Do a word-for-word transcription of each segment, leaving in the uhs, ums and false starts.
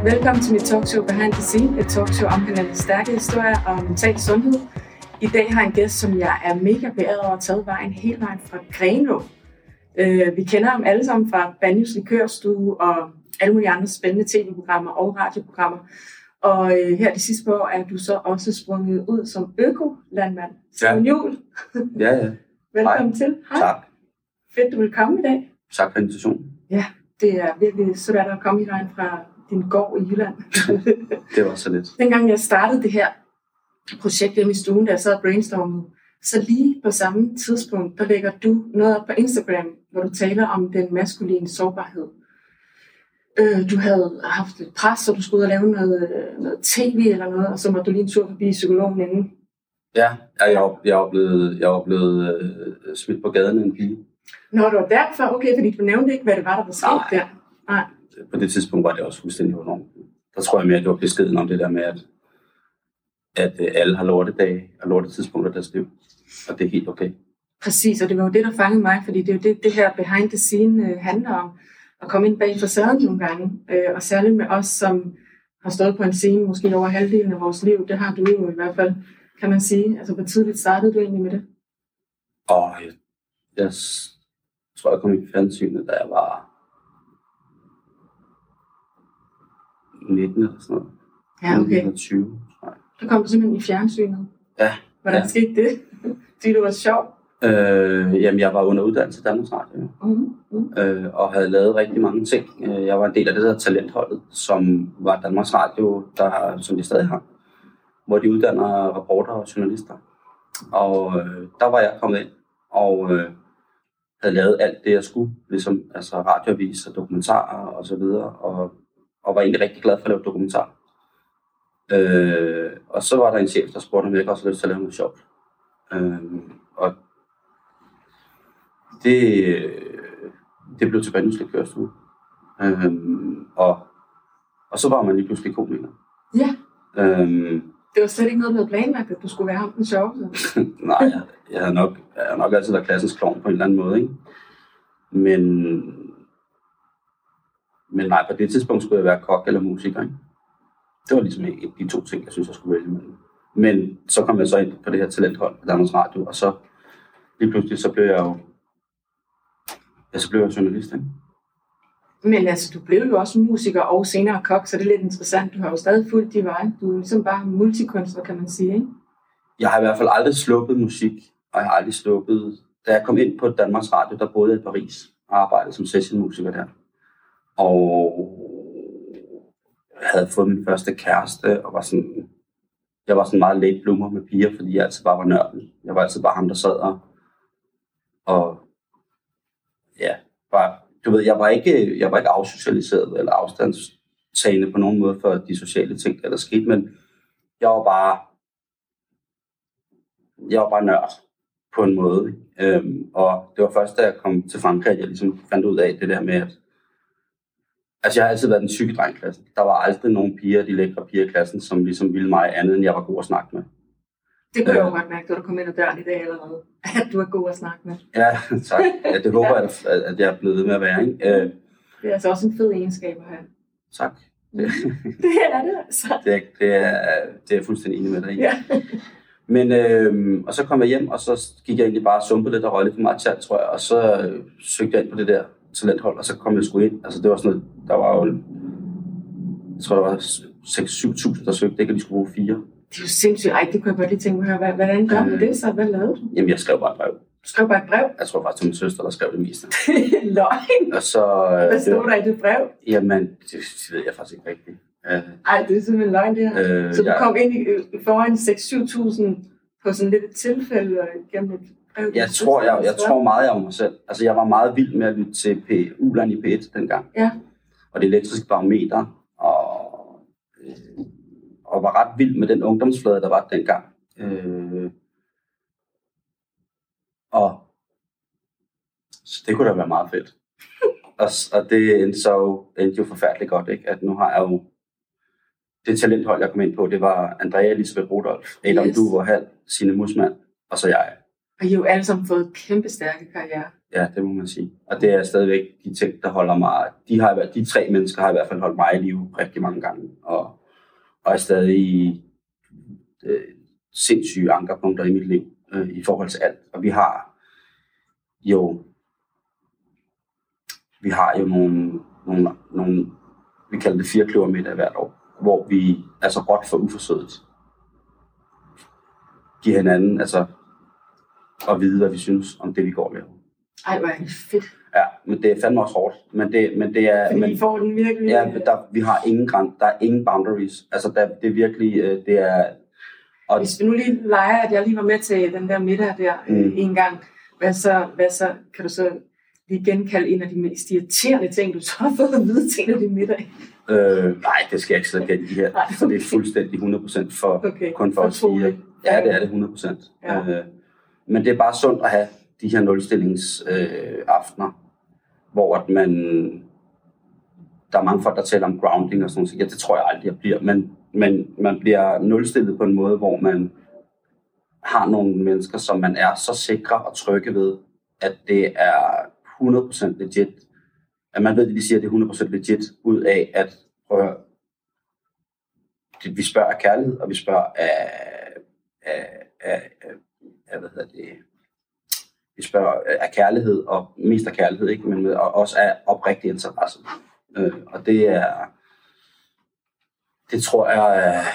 Velkommen til mit talkshow Behind the Scene, et talkshow omhandlende stærke historier om mental sundhed. I dag har jeg en gæst, som jeg er mega beæret over at tage vejen hele vejen fra Grenaa. Uh, vi kender ham alle sammen fra Banjos Likørstue og alle mulige andre spændende tv-programmer og radioprogrammer. Og uh, her de sidste par år er du så også sprunget ud som økolandmand. Simon Juhl. Ja, ja. Velkommen Hej. til. Hej. Tak. Fedt, du vil komme i dag. Tak for invitationen. Ja, det er virkelig svært at komme i vejen fra din gård i Jylland. Det var så lidt. Dengang jeg startede det her projekt hjemme i stuen, der jeg sad og brainstormede, så lige på samme tidspunkt, der lægger du noget op på Instagram, hvor du taler om den maskuline sårbarhed. Øh, du havde haft et pres, så du skulle ud og lave noget, noget tv eller noget, og så måtte du lige en tur forbi psykologen inden. Ja, jeg er jeg er blevet, jeg er blevet øh, smidt på gaden af en pige. Nå, det var derfor, okay, fordi du nævnte ikke, hvad det var, der var sket der. Nej. På det tidspunkt var det også fuldstændig enormt. Der tror jeg mere, at det var beskeden om det der med, at, at alle har lortedage og lortetidspunkter i deres liv. Og det er helt okay. Præcis, og det var jo det, der fangede mig, fordi det er jo det, det her behind the scene øh, handler om. At komme ind bag facaden nogle gange. Øh, og særligt med os, som har stået på en scene, måske over halvdelen af vores liv. Det har du jo i hvert fald, kan man sige. Altså, hvor tidligt startede du egentlig med det? Og jeg, jeg tror, jeg kom i fjernsynet, da jeg var nitten eller sådan noget. Ja, okay. nitten tyve, tror jeg. Så kom du simpelthen i fjernsynet. Ja. Hvordan ja. skete det? Fordi du var sjov. Øh, jamen, jeg var under uddannelse i Danmarks Radio. Mm-hmm. Mm. Øh, og havde lavet rigtig mange ting. Jeg var en del af det der talentholdet, som var Danmarks Radio, der, som de stadig har, hvor de uddanner reporter og journalister. Og øh, der var jeg kommet ind og øh, havde lavet alt det, jeg skulle, ligesom altså radioaviser, dokumentarer og så videre, og, og var egentlig rigtig glad for at lave dokumentar. Øh, og så var der en chef, der spurgte, om jeg ikke også havde lyst til at lave noget sjovt. Øh, og det, det blev til Banjos Likørstue. Øh, og, og så var man lige pludselig komiker. Ja. Øh, Det var slet ikke noget, du havde planlagt, at du skulle være ham den sjoveste. Nej, jeg, jeg havde nok, jeg havde nok altid været klassens klovn på en eller anden måde, ikke? Men, men nej, på det tidspunkt skulle jeg være kok eller musiker, ikke? Det var ligesom ikke de to ting, jeg synes, jeg skulle vælge mellem. Men så kom jeg så ind på det her talenthold på Danmarks Radio, og så lige pludselig, så blev jeg jo, ja, så blev jeg journalist, ikke? Men altså, du blev jo også musiker og senere kok, så det er lidt interessant. Du har jo stadig fulgt de veje. Du er ligesom bare multikunstner, kan man sige, ikke? Jeg har i hvert fald aldrig sluppet musik, og jeg har aldrig sluppet... Da jeg kom ind på Danmarks Radio, der boede jeg i Paris og arbejdede som sessionmusiker der. Og jeg havde fået min første kæreste, og var sådan... Jeg var sådan meget late bloomer med piger, fordi jeg altid bare var nørden. Jeg var altid bare ham, der sad og... Og ja, bare... Du ved, jeg var ikke, jeg var ikke afsocialiseret eller afstandstagende på nogen måde for de sociale ting, der der skete, men jeg var bare, jeg var bare nørd på en måde. Øhm, og det var først, da jeg kom til Frankrig, at jeg ligesom fandt ud af det der med, at altså, jeg har altid været den syge dreng i klassen. Der var aldrig nogen piger, de lækre piger i klassen, som ligesom ville mig andet, end jeg var god at snakke med. Det kunne jeg jo godt mærke, da du kom ind ad døren i dag allerede, at du er god at snakke med. Ja, tak. Ja, det håber jeg, ja. at jeg er blevet ved med at være. Ikke? Det er altså også en fed egenskab at have. Tak. Det, det er det altså. Det er, det er, det er jeg fuldstændig enig med dig i. Ja. Men, øh, og så kom jeg hjem, og så gik jeg egentlig bare og sumpede lidt og røg lidt for meget tjal, tror jeg. Og så øh, søgte jeg ind på det der talenthold, og så kom jeg sgu ind. Altså det var sådan noget, der var jo, jeg tror der var seks til syv tusind, der søgte, ikke, og de skulle bruge fire. Det er jo sindssygt. Ej, det kunne jeg godt lige tænke mig at høre. Hvordan gør du det så? Hvad lavede du? Jamen, jeg skrev bare et brev. Du skrev bare et brev? Jeg tror faktisk, det var min søster, der skrev det meste. Løgn? Og så... Hvad stod der i det brev? Jamen, det ved jeg faktisk ikke rigtigt. Ej, det er simpelthen løgn, det her. Øh, så du jeg... kom ind i, foran seks til syv tusind på sådan lidt et tilfælde gennem et brev? Jeg tror, jeg, jeg tror meget af mig selv. Altså, jeg var meget vild med at lytte til P, Uland i P et dengang. Ja. Og det elektriske barometer. Og... Øh, og var ret vild med den ungdomsflade, der var dengang. Øh, og så det kunne da være meget fedt. og, og det endte så endte jo forfærdeligt godt, ikke? At nu har jeg jo det talenthold, jeg kom ind på, det var Andrea Elisabeth Rudolph, Adam yes. Duver Hall, Signe Musmann, og så jeg. Og I har jo alle sammen fået kæmpe stærke karriere. Ja, det må man sige. Og det er stadigvæk de ting, der holder mig... De, har, de tre mennesker har i hvert fald holdt mig i live rigtig mange gange. Og, og er stadig øh, sindssyge ankerpunkter i mit liv øh, i forhold til alt. Og vi har jo... Vi har jo nogle... nogle, nogle vi kalder det fire kløvermiddag hvert år, hvor vi altså råt for uforsødet giver hinanden altså at vide, hvad vi synes om det, vi går og laver. Ej, hvor er det fedt. Ja, men det er fandme også hårdt. Men det, men det er... Fordi men, I får den virkelig... Ja, der, vi har ingen græn, der er ingen boundaries. Altså, der, det er virkelig... Det er... Og hvis vi nu lige leger, at jeg lige var med til den der middag der mm. en gang, hvad så, hvad så kan du så lige genkalde en af de mest irriterende ting, du så har fået at vide til en af de middag? Øh, nej, det skal jeg ikke slet gengive her, nej, okay. For det er fuldstændig hundrede procent for, okay. kun for os fire. Ja, det er det hundrede procent. Ja. Øh, men det er bare sundt at have de her nulstillingsaftener, øh, hvor at man... Der er mange folk, der taler om grounding og sådan noget. Ja, det tror jeg aldrig, jeg bliver. Men, men man bliver nulstillet på en måde, hvor man har nogle mennesker, som man er så sikre og trygge ved, at det er hundrede procent legit. At man ved, at de siger, at det er hundrede procent legit, ud af at prøve at vi spørger af kærlighed, og vi spørger af, af, af, af, af hvad hedder det, vi spørger af kærlighed, og mest af kærlighed, ikke? Men også af oprigtig interesse. Øh, og det er, det tror jeg, øh,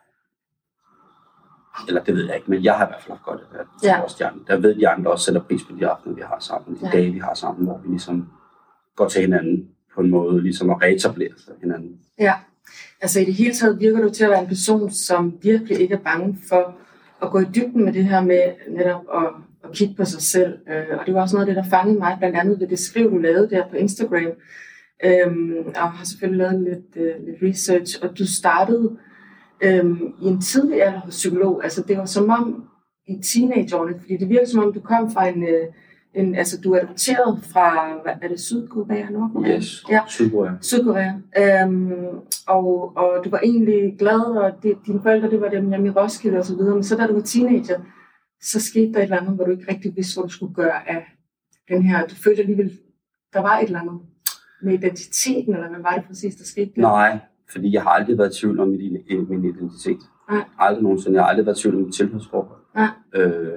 eller det ved jeg ikke, men jeg har i hvert fald haft godt af det. Ja. Også de andre. Der ved de andre også sætter pris på de aftener, vi har sammen, de ja. dage, vi har sammen, hvor vi ligesom går til hinanden på en måde, ligesom at reetablere sig hinanden. Ja, altså i det hele taget virker du til at være en person, som virkelig ikke er bange for at gå i dybden med det her med netop at, at kigge på sig selv. Og det var også noget af det, der fangede mig, blandt andet ved det skriv, du lavede der på Instagram. Øhm, og har selvfølgelig lavet lidt, øh, lidt research, og du startede øhm, i en tidlig alder hos psykolog. Altså det var som om i teenageårene, fordi det virker som om du kom fra en, øh, en altså du er adopteret fra, hvad er det, Sydkorea, Nordkorea? Yes, ja. Sydkorea. Sydkorea. Øhm, og, og du var egentlig glad, og det, dine forældre, det var dem hjemme i Roskilde og så videre, men så da du var teenager, så skete der et eller andet, hvor du ikke rigtig vidste, hvad du skulle gøre af den her, du følte alligevel, der var et eller andet med identiteten, eller hvad var det præcis, der skete der? Nej, fordi jeg har aldrig været i tvivl om min, min identitet. Nej. Aldrig nogensinde. Jeg har aldrig været i tvivl om mit tilhørsforhold. Nej. Øh,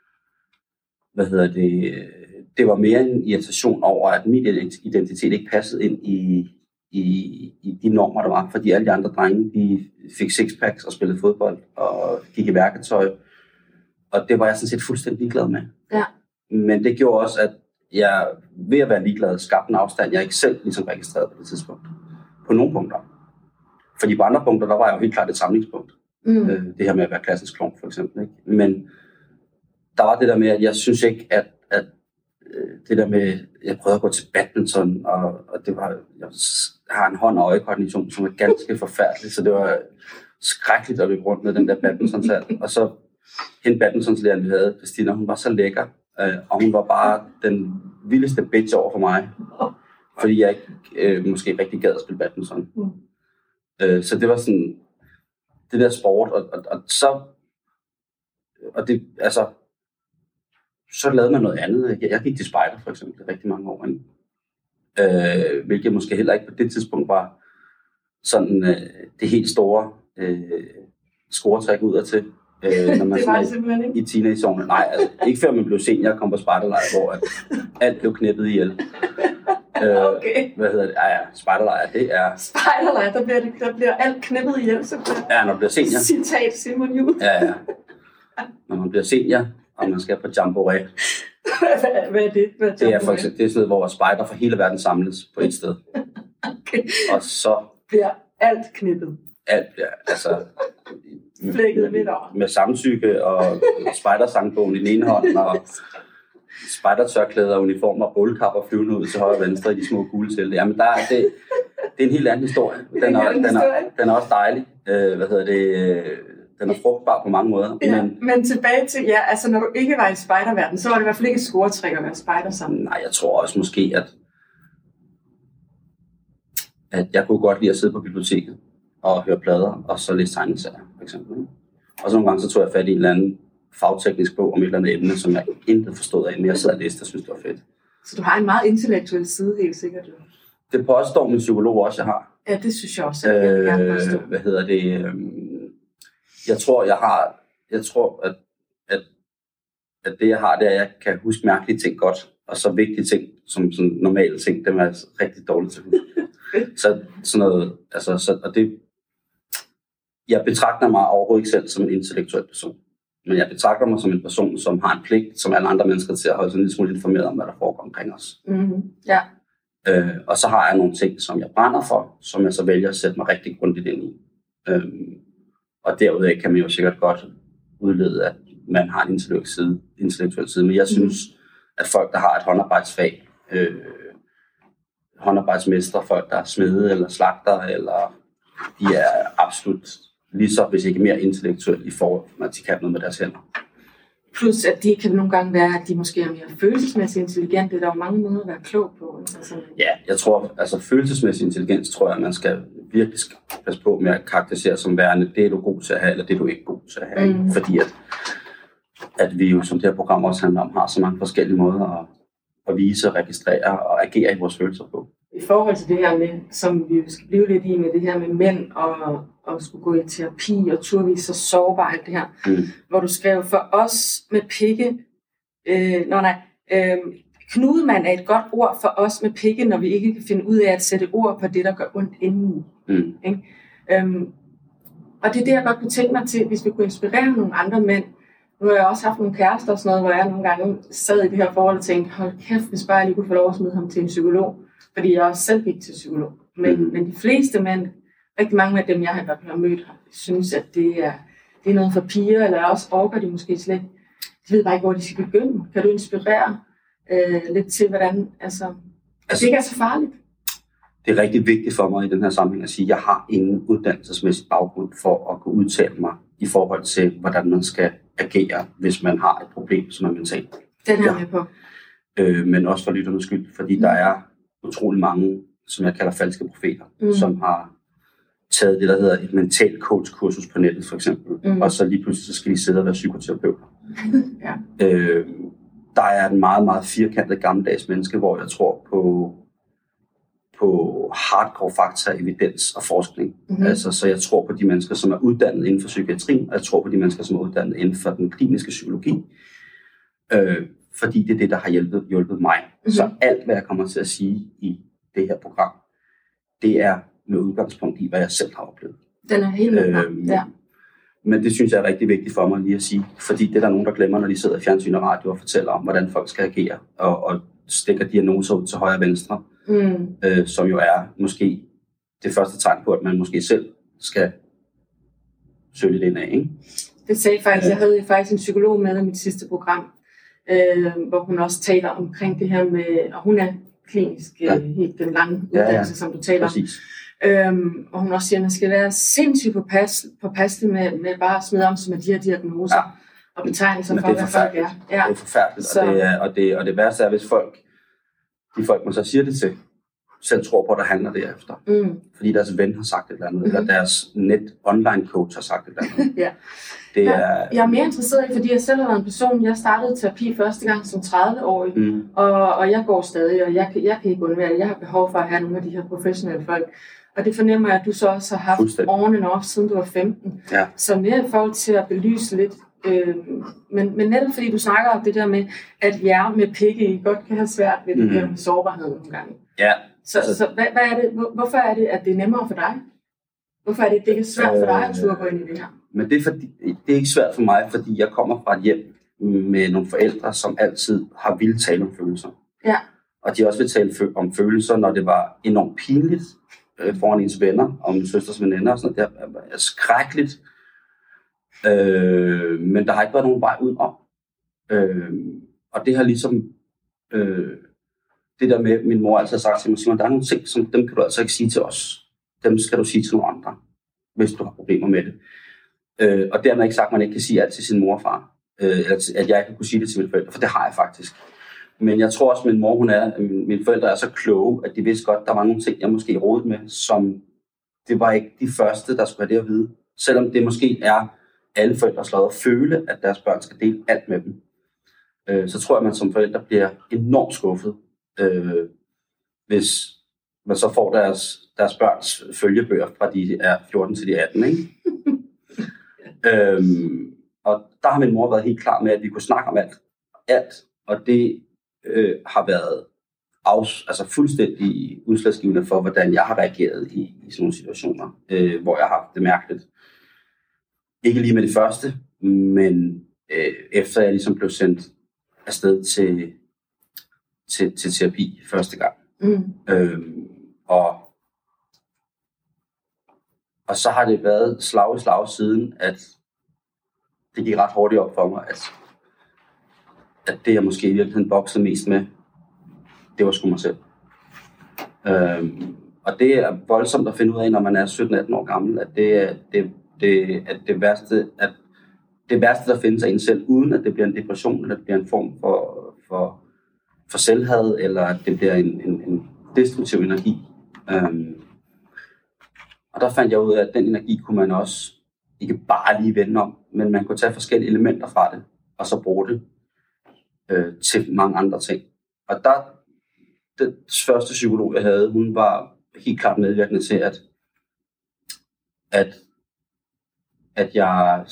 hvad hedder det? Det var mere en irritation over, at min identitet ikke passede ind i, i, i de normer, der var. Fordi alle de andre drenge, de fik sixpacks og spillede fodbold og gik i værketøj. Og det var jeg sådan set fuldstændig ligeglad med. Ja. Men det gjorde også, at jeg ved at være ligeglad skabte en afstand, jeg ikke selv ligesom registreret på det tidspunkt. På nogle punkter. Fordi på andre punkter, der var jeg jo helt klart et samlingspunkt. Mm. Øh, det her med at være klassens klovn, for eksempel. Ikke? Men der var det der med, at jeg synes ikke, at, at øh, det der med, jeg prøvede at gå til badminton, og, og det var, jeg har en hånd- og øjekoordination, som er ganske forfærdelig, så det var skrækkeligt at løbe rundt med den der badminton-sal. Og så hende badmintonslæren, vi havde, Christina, hun var så lækker. Øh, og hun var bare den vildeste bitch over for mig, fordi jeg ikke øh, måske rigtig gad at spille badminton. Mm. Øh, så det var sådan, det der sport, og, og, og så, og det, altså, så lavede man noget andet. Jeg, jeg gik til spejder for eksempel rigtig mange år, øh, hvilket måske heller ikke på det tidspunkt var sådan øh, det helt store øh, scoretræk udadtil. Øh, når man det var det simpelthen ikke. I teenageårene. Nej, altså, ikke før man blev senior og kom på spejderlejr, hvor at alt blev knippet ihjel. Okay. Øh, hvad hedder det? Ja, ja, spejderlejr, det er... Spejderlejr, der bliver, det, der bliver alt knippet ihjel, så bliver... Ja, når man bliver senior. Citat Simon Juhl. Ja, ja. Når man bliver senior, og man skal på jamboree. hvad, hvad er det? Hvad er det er for eksempel det er sådan, hvor spejder fra hele verden samles på et sted. Okay. Og så... Bliver alt knippet. Alt, ja, altså... Flækket midt over. Med samtykke og spejdersangbogen i den ene hånd, og spejdertørklæder, uniformer og bålkapper flyvende ud til højre og venstre i de små gule telte. Jamen, der er, det, det er en helt anden historie. Den er, den er, den er også dejlig. Øh, hvad hedder det? Den er frugtbar på mange måder. Ja, men, men tilbage til, ja, altså når du ikke var i spejderverdenen, så var det i hvert fald ikke et scoretræk at være spejder sammen. Nej, jeg tror også måske, at, at jeg kunne godt lide at sidde på biblioteket og høre plader, og så læse tegneserier, for eksempel. Og så nogle gange, så tog jeg fat i en eller anden fagteknisk bog om et eller andet emne, som jeg intet forstod af, men jeg sad og læste og synes, det var fedt. Så du har en meget intellektuel side, helt sikkert. Det påstår min psykolog også, jeg har. Ja, det synes jeg også, at jeg vil gerne påstå. Øh, hvad hedder det? Øh, jeg tror, jeg har... Jeg tror, at, at, at det, jeg har, det er, at jeg kan huske mærkelige ting godt. Og så vigtige ting, som sådan normale ting, dem er jeg rigtig dårligt til at huske. så sådan noget... Altså, så, og det... Jeg betragter mig overhovedet ikke selv som en intellektuel person. Men jeg betragter mig som en person, som har en pligt, som alle andre mennesker, til at holde sig en lille smule informeret om, hvad der foregår omkring os. Mm-hmm. Ja. Øh, og så har jeg nogle ting, som jeg brænder for, som jeg så vælger at sætte mig rigtig grundigt ind i. Øh, og derudaf kan man jo sikkert godt udlede, at man har en intellektuel side, intellektuel side. Men jeg synes, mm. at folk, der har et håndarbejdsfag, øh, håndarbejdsmestre, folk, der er smede eller slagter, eller de er absolut lige så, hvis ikke mere intellektuelle i forhold, at de kan noget med deres hænder. Plus, at de kan nogle gange være, at de måske er mere følelsesmæssigt intelligente. Der er jo mange måder at være klog på. Altså. Ja, jeg tror, altså følelsesmæssig intelligens, tror jeg, at man skal virkelig passe på med at karakterisere som værende, det er du god til at have, eller det er du ikke god til at have. Mm. Fordi at, at vi jo, som det her program også handler om, har så mange forskellige måder at, at vise, registrere og agere i vores følelser på. I forhold til det her med, som vi skal blive lidt i med det her med mænd og, og skulle gå i terapi og turvise så sårbart det her, mm. hvor du skrev for os med pikke, øh, nå nej, øh, knudemand er et godt ord for os med pikke, når vi ikke kan finde ud af at sætte ord på det, der gør ondt indeni. Mm. Ikke? Øhm, og det er det, jeg godt kunne tænke mig til, hvis vi kunne inspirere nogle andre mænd. Nu har jeg også haft nogle kærester og sådan noget, hvor jeg nogle gange sad i det her forhold og tænkte, hold kæft, hvis bare jeg lige kunne få lov at smide ham til en psykolog. Fordi jeg også selv gik til psykolog. Men, mm. men de fleste mænd, rigtig mange af dem, jeg har, har mødt, synes, at det er, det er noget for piger, eller også orker de måske slet. De ved bare ikke, hvor de skal begynde. Kan du inspirere øh, lidt til, hvordan, altså, altså, det ikke er så farligt? Det er rigtig vigtigt for mig i den her sammenhæng at sige, at jeg har ingen uddannelsesmæssig baggrund for at kunne udtale mig i forhold til, hvordan man skal agere, hvis man har et problem, som er mentalt. Den er jeg med på. Øh, men også for lytternes skyld, fordi mm. der er utrolig mange, som jeg kalder falske profeter, mm. som har taget det, der hedder et mental coach-kursus på nettet, for eksempel. Mm. Og så lige pludselig så skal de sidde og være psykoterapeuter. ja. øh, der er en meget, meget firkantet gammeldags menneske, hvor jeg tror på, på hardcore fakta, evidens og forskning. Mm. Altså, så jeg tror på de mennesker, som er uddannet inden for psykiatrien, og jeg tror på de mennesker, som er uddannet inden for den kliniske psykologi. Øh, fordi det er det, der har hjulpet, hjulpet mig. Mm-hmm. Så alt, hvad jeg kommer til at sige i det her program, det er med udgangspunkt i, hvad jeg selv har oplevet. Den er helt øhm, ja. Men det synes jeg er rigtig vigtigt for mig lige at sige, fordi det er der nogen, der glemmer, når de sidder i fjernsyn og radio og fortæller om, hvordan folk skal agere, og, og stikker diagnoser ud til højre og venstre, mm. øh, som jo er måske det første tegn på, at man måske selv skal søge lidt ind af. Ikke? Det sagde faktisk, jeg havde faktisk en psykolog med i mit sidste program, Øh, hvor hun også taler omkring det her med, og hun er klinisk, ja. øh, helt den lange uddannelse, ja, ja. som du taler om. Øhm, og hun også siger, at man skal være sindssygt påpasselig med, med bare at smide om sig med de her diagnoser ja. og betegnelser for, hvad folk er. Ja. Det er forfærdeligt, og det, er, og, det, og det værste er, hvis folk, de folk, man så siger det til, selv tror på, at der handler derefter. Mm. Fordi deres ven har sagt et eller andet, mm. eller deres net online coach har sagt et eller andet. ja. Det er... Jeg er mere interesseret i, fordi jeg selv har været en person, jeg startede terapi første gang som tredive-årig, mm. og, og jeg går stadig, og jeg, jeg kan ikke undvære det. Jeg har behov for at have nogle af de her professionelle folk. Og det fornemmer jeg, at du så også har haft on and off, siden du var femten. Ja. Så mere i forhold til at belyse lidt. Øh, men, men netop fordi du snakker om det der med, at jer med pikke godt kan have svært ved det mm. her med sårbarhed nogle gange. Ja. Så, altså, så hvad, hvad er det, hvor, hvorfor er det, at det er nemmere for dig? Hvorfor er det, at det ikke er svært for dig at turde gå ind i det her? Men det er, fordi, det er ikke svært for mig, fordi jeg kommer fra et hjem med nogle forældre, som altid har ville tale om følelser. Ja. Og de også vil tale om følelser, når det var enormt pinligt øh, foran ens venner, og min søsters veninder og sådan noget. Det er, er skrækkeligt. Øh, men der har ikke været nogen vej udenom. Øh, og det har ligesom... Øh, det der med, min mor altid har sagt til mig, Simon, der er nogle ting, som dem kan du altså ikke sige til os. Dem skal du sige til nogle andre, hvis du har problemer med det. Øh, og dermed ikke sagt, at man ikke kan sige alt til sin mor og far. Øh, eller at jeg ikke kunne sige det til mine forældre, for det har jeg faktisk. Men jeg tror også, at min mor, hun er, mine forældre er så kloge, at de vidste godt, at der var nogle ting, jeg måske rodede med, som det var ikke de første, der skulle have det at vide. Selvom det måske er alle forældres lod at føle, at deres børn skal dele alt med dem. Øh, så tror jeg, at man som forældre bliver enormt skuffet, øh, hvis man så får deres, deres børns følgebøger fra de er fjorten til de atten, ikke? øhm, og der har min mor været helt klar med, at vi kunne snakke om alt. Alt. Og det øh, har været af, altså fuldstændig udslagsgivende for, hvordan jeg har reageret i, i sådan nogle situationer, øh, hvor jeg har haft det mærkeligt. Ikke lige med det første, men øh, efter jeg ligesom blev sendt afsted til, til, til terapi første gang. Mm. Øhm, og, og så har det været slag i slag siden, at det gik ret hurtigt op for mig, at, at det jeg måske i virkeligheden voksede mest med, det var sgu mig selv. Øhm, og det er voldsomt at finde ud af, når man er sytten atten år gammel, at det er det, det, at det værste, at det værste, der findes af en selv, uden at det bliver en depression, eller det bliver en form for, for, for selvhad, eller at det bliver en, en, en destruktiv energi. Øhm, og der fandt jeg ud af, at den energi kunne man også ikke bare lige vende om, men man kunne tage forskellige elementer fra det, og så bruge det øh, til mange andre ting. Og der, den første psykolog, jeg havde, hun var helt klart medvirkende til, at, at, at jeg,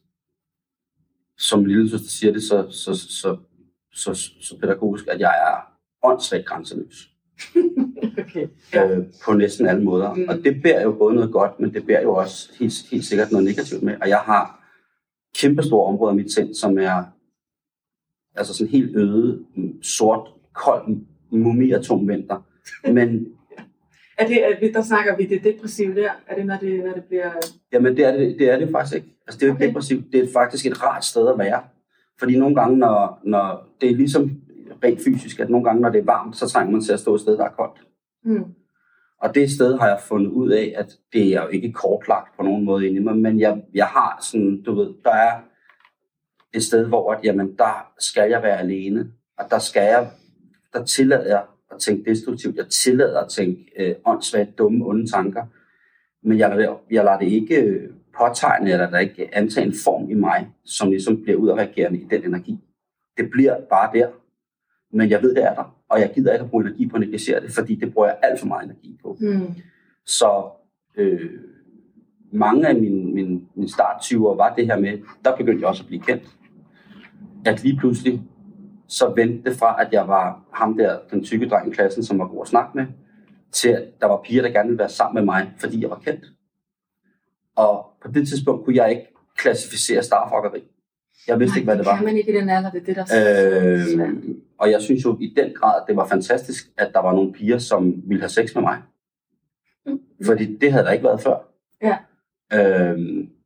som lille søster siger det, så, så, så, så, så, så pædagogisk, at jeg er åndssvagt grænseløs. Okay. Øh, på næsten alle måder. Mm. Og det bærer jo både noget godt, men det bærer jo også helt, helt sikkert noget negativt med. Og jeg har kæmpe store områder af mit sind, som er altså sådan helt øde, sort, kold, mumieatomvinter. Men er det, er, der snakker vi det depressive der? Er det, når det, når det bliver... Jamen, det er det, det er det faktisk ikke. Altså, det er jo okay. Depressivt. Det er faktisk et rart sted at være. Fordi nogle gange, når, når det er ligesom rent fysisk, at nogle gange, når det er varmt, så trænger man til at stå et sted, der er koldt. Mm. Og det sted har jeg fundet ud af, at det er jo ikke kortlagt på nogen måde inde i mig, men jeg, jeg har sådan, du ved, der er et sted, hvor at, jamen, der skal jeg være alene, og der skal jeg, der tillader jeg at tænke destruktivt, jeg tillader at tænke øh, åndssvagt, dumme, onde tanker, men jeg, jeg lader det ikke påtegne, eller der ikke antage en form i mig, som ligesom bliver udadreagerende i den energi. Det bliver bare der. Men jeg ved, det er der, og jeg gider ikke at bruge energi på at negligere det, fordi det bruger jeg alt for meget energi på. Mm. Så øh, mange af mine, mine, mine starttyver var det her med, der begyndte jeg også at blive kendt. At lige pludselig, så vendte det fra, at jeg var ham der, den tykke dreng i klassen, som var god at snakke med, til at der var piger, der gerne ville være sammen med mig, fordi jeg var kendt. Og på det tidspunkt kunne jeg ikke klassificere starfuckeri. Jeg vidste Nej, ikke, hvad det var. Det kan man ikke i den alder, det er det, der er øh, Og jeg synes jo i den grad, at det var fantastisk, at der var nogle piger, som ville have sex med mig. Mm. Fordi det havde der ikke været før. Ja. Øh,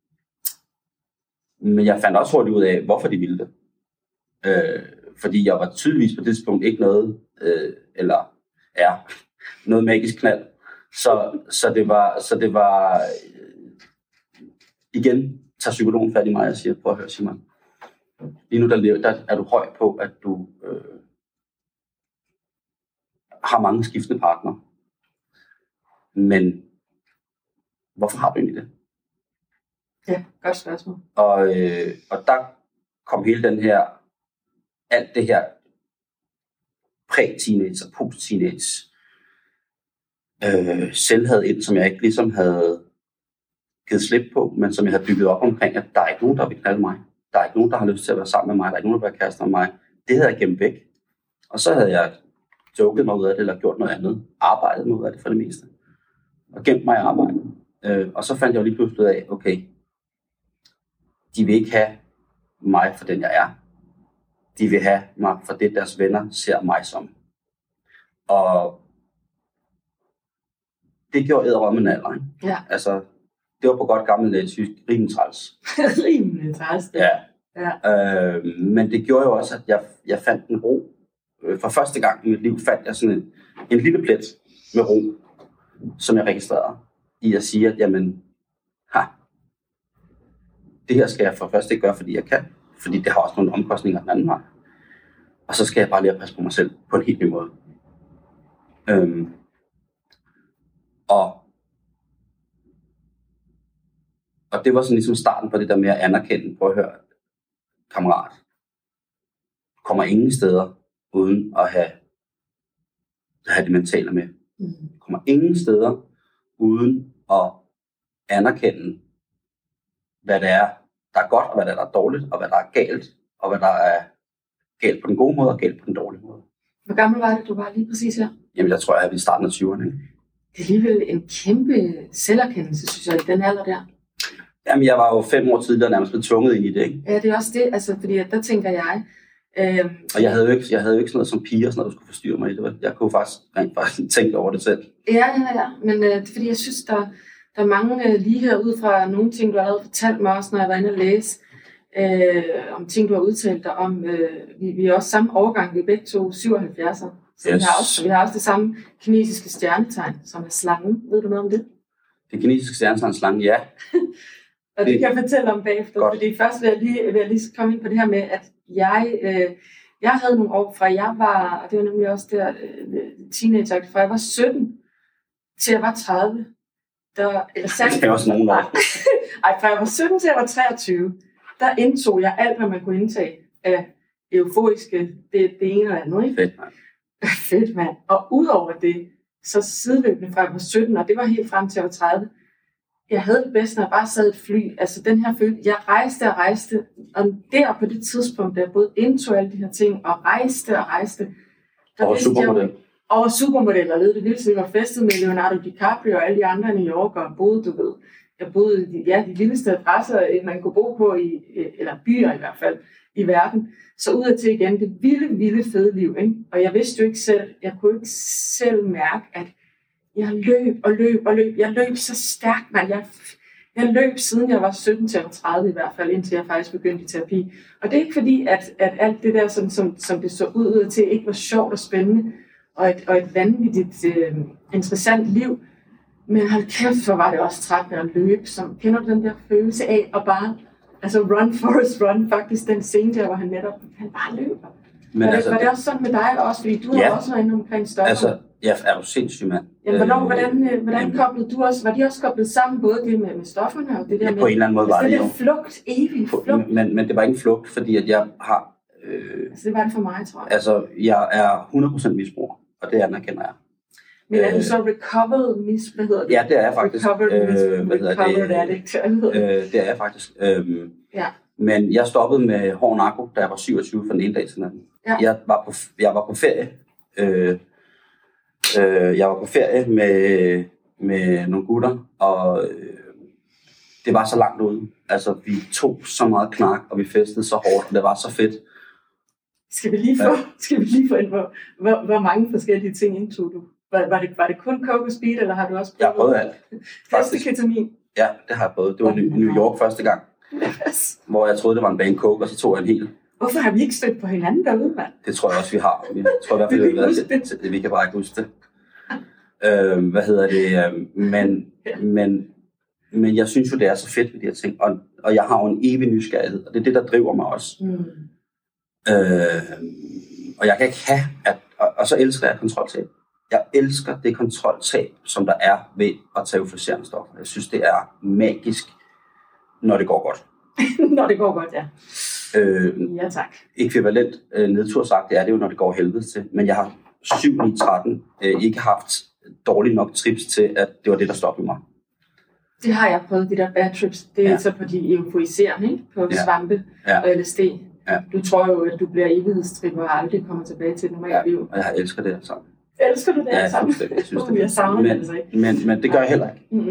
men jeg fandt også hurtigt ud af, hvorfor de ville det. Øh, fordi jeg var tydeligvis på det tidspunkt ikke noget, øh, eller er, noget magisk knald. Så, så det var, så det var øh, igen, tager psykologen fat i mig og siger, prøv at høre, Simon. Lige nu der, der er du høj på, at du øh, har mange skiftende partnere. Men hvorfor har du egentlig det? Ja, godt spørgsmål. Og, øh, og der kom hele den her, alt det her præ-teenage og post-teenage øh, selvhed ind, som jeg ikke ligesom havde givet slip på, men som jeg havde bygget op omkring, at der er ikke nogen, der vil knalde mig. Der er ikke nogen, der har lyst til at være sammen med mig. Der er ikke nogen, der vil være kærester med mig. Det havde jeg gemt væk. Og så havde jeg joket mig ud af det, eller gjort noget andet. Arbejdet mig ud af det for det meste. Og gemt mig i arbejdet. Øh, og så fandt jeg jo lige pludselig ud af, okay, de vil ikke have mig for den, jeg er. De vil have mig for det, deres venner ser mig som. Og det gjorde edderrømme med en alder, ikke? Ja. Altså, det var på godt gammelt tysk, rimelig træls. Rimelig træls, ja. ja. Øh, men det gjorde jo også, at jeg, jeg fandt en ro. Øh, for første gang i mit liv fandt jeg sådan en, en lille plet med ro, som jeg registrerede i at sige, at jamen, ha, det her skal jeg for først ikke gøre, fordi jeg kan. Fordi det har også nogle omkostninger den anden vej. Og så skal jeg bare lige at passe på mig selv på en helt ny måde. Øhm, og Og det var sådan ligesom starten på det der med at anerkende, på at høre, kammerat, kommer ingen steder uden at have have det mentale med. Mm. Jeg kommer ingen steder uden at anerkende, hvad det er, der er godt, og hvad der er dårligt, og hvad der er galt, og hvad der er galt på den gode måde, og galt på den dårlige måde. Hvor gammel var det, du var lige præcis her? Jamen, jeg tror, jeg er i starten af tyverne. Ikke? Det er alligevel en kæmpe selverkendelse, synes jeg, i den alder der. Jamen, jeg var jo fem år tidligere nærmest blevet tvunget ind i det, ikke? Ja, det er også det, altså, fordi at der tænker jeg... Øh, og jeg havde, jo ikke, jeg havde jo ikke sådan noget som piger, sådan noget, der skulle forstyrre mig i det. Jeg kunne faktisk, rent faktisk tænke over det selv. Ja, ja, ja. Men øh, det er fordi, jeg synes, der, der er mange øh, lige her ud fra nogle ting, du allerede fortalt mig også, når jeg var inde og læse, øh, om ting, du har udtalt dig om. Øh, vi, vi er også samme årgang, vi er begge to syvoghalvfjerdser. Så yes. vi, har også, vi har også det samme kinesiske stjernetegn, som er slangen. Ved du noget om det? Det kinesiske stjernetegn slangen, ja. Og det kan jeg fortælle om bagefter, godt. Fordi først vil jeg, lige, vil jeg lige komme ind på det her med, at jeg, øh, jeg havde nogle år fra, jeg var, og det var nemlig også der øh, teenager, fra jeg var sytten til jeg var tredive. Der, eller særligt, det er også nogle år. Ej, fra jeg var sytten til jeg var treogtyve, der indtog jeg alt, hvad man kunne indtage af euforiske, det, det ene eller andet. Ikke? Fedt, mand. Fedt, mand. Og udover det, så sideløbende fra jeg var sytten, og det var helt frem til jeg var tredive, jeg havde det bedst, når jeg bare sad i et fly. Altså den her følelse, jeg rejste og rejste, og der på det tidspunkt, der jeg både indtog alle de her ting, og rejste og rejste. Der over supermodel. Over supermodeller, og det vildt, vi var festet med Leonardo DiCaprio og alle de andre i New York, og boede, du ved, jeg boede i ja, de vildeste adresser, man kunne bo på, i, eller byer i hvert fald, i verden. Så ud og til igen, det vilde, vilde fede liv, ikke? Og jeg vidste jo ikke selv, jeg kunne ikke selv mærke, at jeg løb og løb og løb. Jeg løb så stærkt, man. Jeg, jeg løb siden jeg var sytten til tredive i hvert fald, indtil jeg faktisk begyndte i terapi. Og det er ikke fordi, at, at alt det der, som, som, som det så ud til, ikke var sjovt og spændende, og et, og et vanvittigt øh, interessant liv. Men hold kæft, hvor var det også trættende at løbe. Som, kender du den der følelse af at bare, altså run, Forrest, run, faktisk den scene der, hvor han netop, han bare løber. Men var, altså, det, var det også sådan med dig også? Fordi du ja, har også været inde omkring stoffer. Altså, jeg er jo sindssyg, mand. Jamen, hvornår, hvordan, hvordan koblede du også? Var de også koblet sammen, både det med, med stofferne og det der ja, med... på en eller anden måde var det jo. Det flugt, evig flugt. Men, men det var ikke en flugt, fordi at jeg har... Øh, altså, det var det for mig, tror jeg. Altså, jeg er hundrede procent misbruger, og det anerkender jeg. Men er du så recovered mis... Hvad hedder det? Ja, det er jeg faktisk. Recovered mis... Øh, hvad hedder recovered addict, det? Øh, det er jeg faktisk. Øh, ja. Men jeg stoppede med hård narko, da jeg var syvogtyve fra den ene dag til den anden. Ja. Jeg, var på, jeg var på ferie. Øh, øh, jeg var på ferie med, med nogle gutter, og øh, det var så langt ude. Altså, vi tog så meget knak, og vi festede så hårdt, og det var så fedt. Skal vi lige få, ja. skal vi lige få ind på, hvor, hvor mange forskellige ting indtog du? Var, var, det, var det kun coke og speed, eller har du også prøvet? Jeg har prøvet alt. Første ketamin? Ja, det har jeg prøvet. Det var i New York første gang. Yes. Hvor jeg troede, det var en bane coke, og så tog jeg en hel. Hvorfor har vi ikke stødt på hinanden derude, mand? Det tror jeg også, vi har. Jeg tror i hvert fald, vi, vi, det. Det, vi kan bare ikke huske det. øh, hvad hedder det? Men, ja. men, men jeg synes jo, det er så fedt med de her ting. Og, og jeg har jo en evig nysgerrighed, og det er det, der driver mig også. Mm. Øh, og jeg kan ikke have, at, og, og så elsker jeg kontroltab. Jeg elsker det kontroltab, som der er ved at tage euforiserende stoffer. Jeg synes, det er magisk, når det går godt. Når det går godt, ja. Øh, ja, tak. Ekvivalent øh, nedtursagt, det er det jo, når det går helvede til. Men jeg har syv ni tretten øh, ikke haft dårligt nok trips til, at det var det, der stoppede mig. Det har jeg prøvet, de der bad trips. Det er ja. så på de euforiserende, ikke? På ja. svampe ja. og L S D. Ja. Du tror jo, at du bliver evighedstrip og aldrig kommer tilbage til et normalt ja. liv. Og jeg elsker det sammen. Elsker du det ja, sammen? Jeg synes det. Jeg savner men, det altså ikke. Men, men det gør jeg heller ikke. Mm-hmm.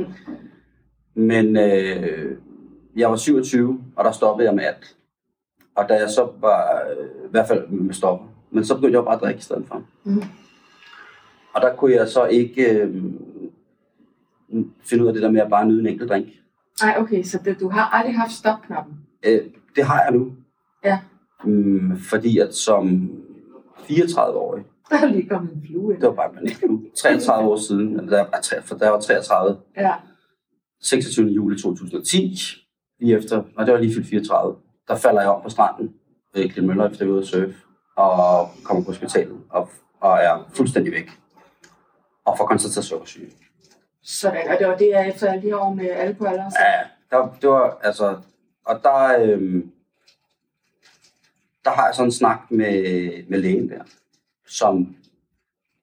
Men øh, jeg var syvogtyve, og der stoppede jeg med alt. Og da jeg så var, i hvert fald med stoffer, men så begyndte jeg bare at drikke i stedet for. Mm. Og der kunne jeg så ikke øh, finde ud af det der med at bare nyde en enkelt drink. Nej, okay, så det, du har aldrig haft stopknappen? Øh, det har jeg nu. Ja. Mm, fordi at som fireogtredive-årig, der er lige kommet en flue ind. Det var bare en flue. treogtredive år siden, da jeg, for da jeg var treogtredive. Ja. seksogtyvende juli to tusind og ti, lige efter, og det var lige fyldt fireogtredive, der falder jeg om på stranden ved Klitmøller, efter jeg var ude at surfe, og kommer på hospitalet, og, og er fuldstændig væk, og får konstateret sukkersyge. Sådan, og det var det, jeg efter alle de år med alkohol også? Ja, der, det var, altså, og der, øhm, der har jeg sådan en snak med, med lægen der, som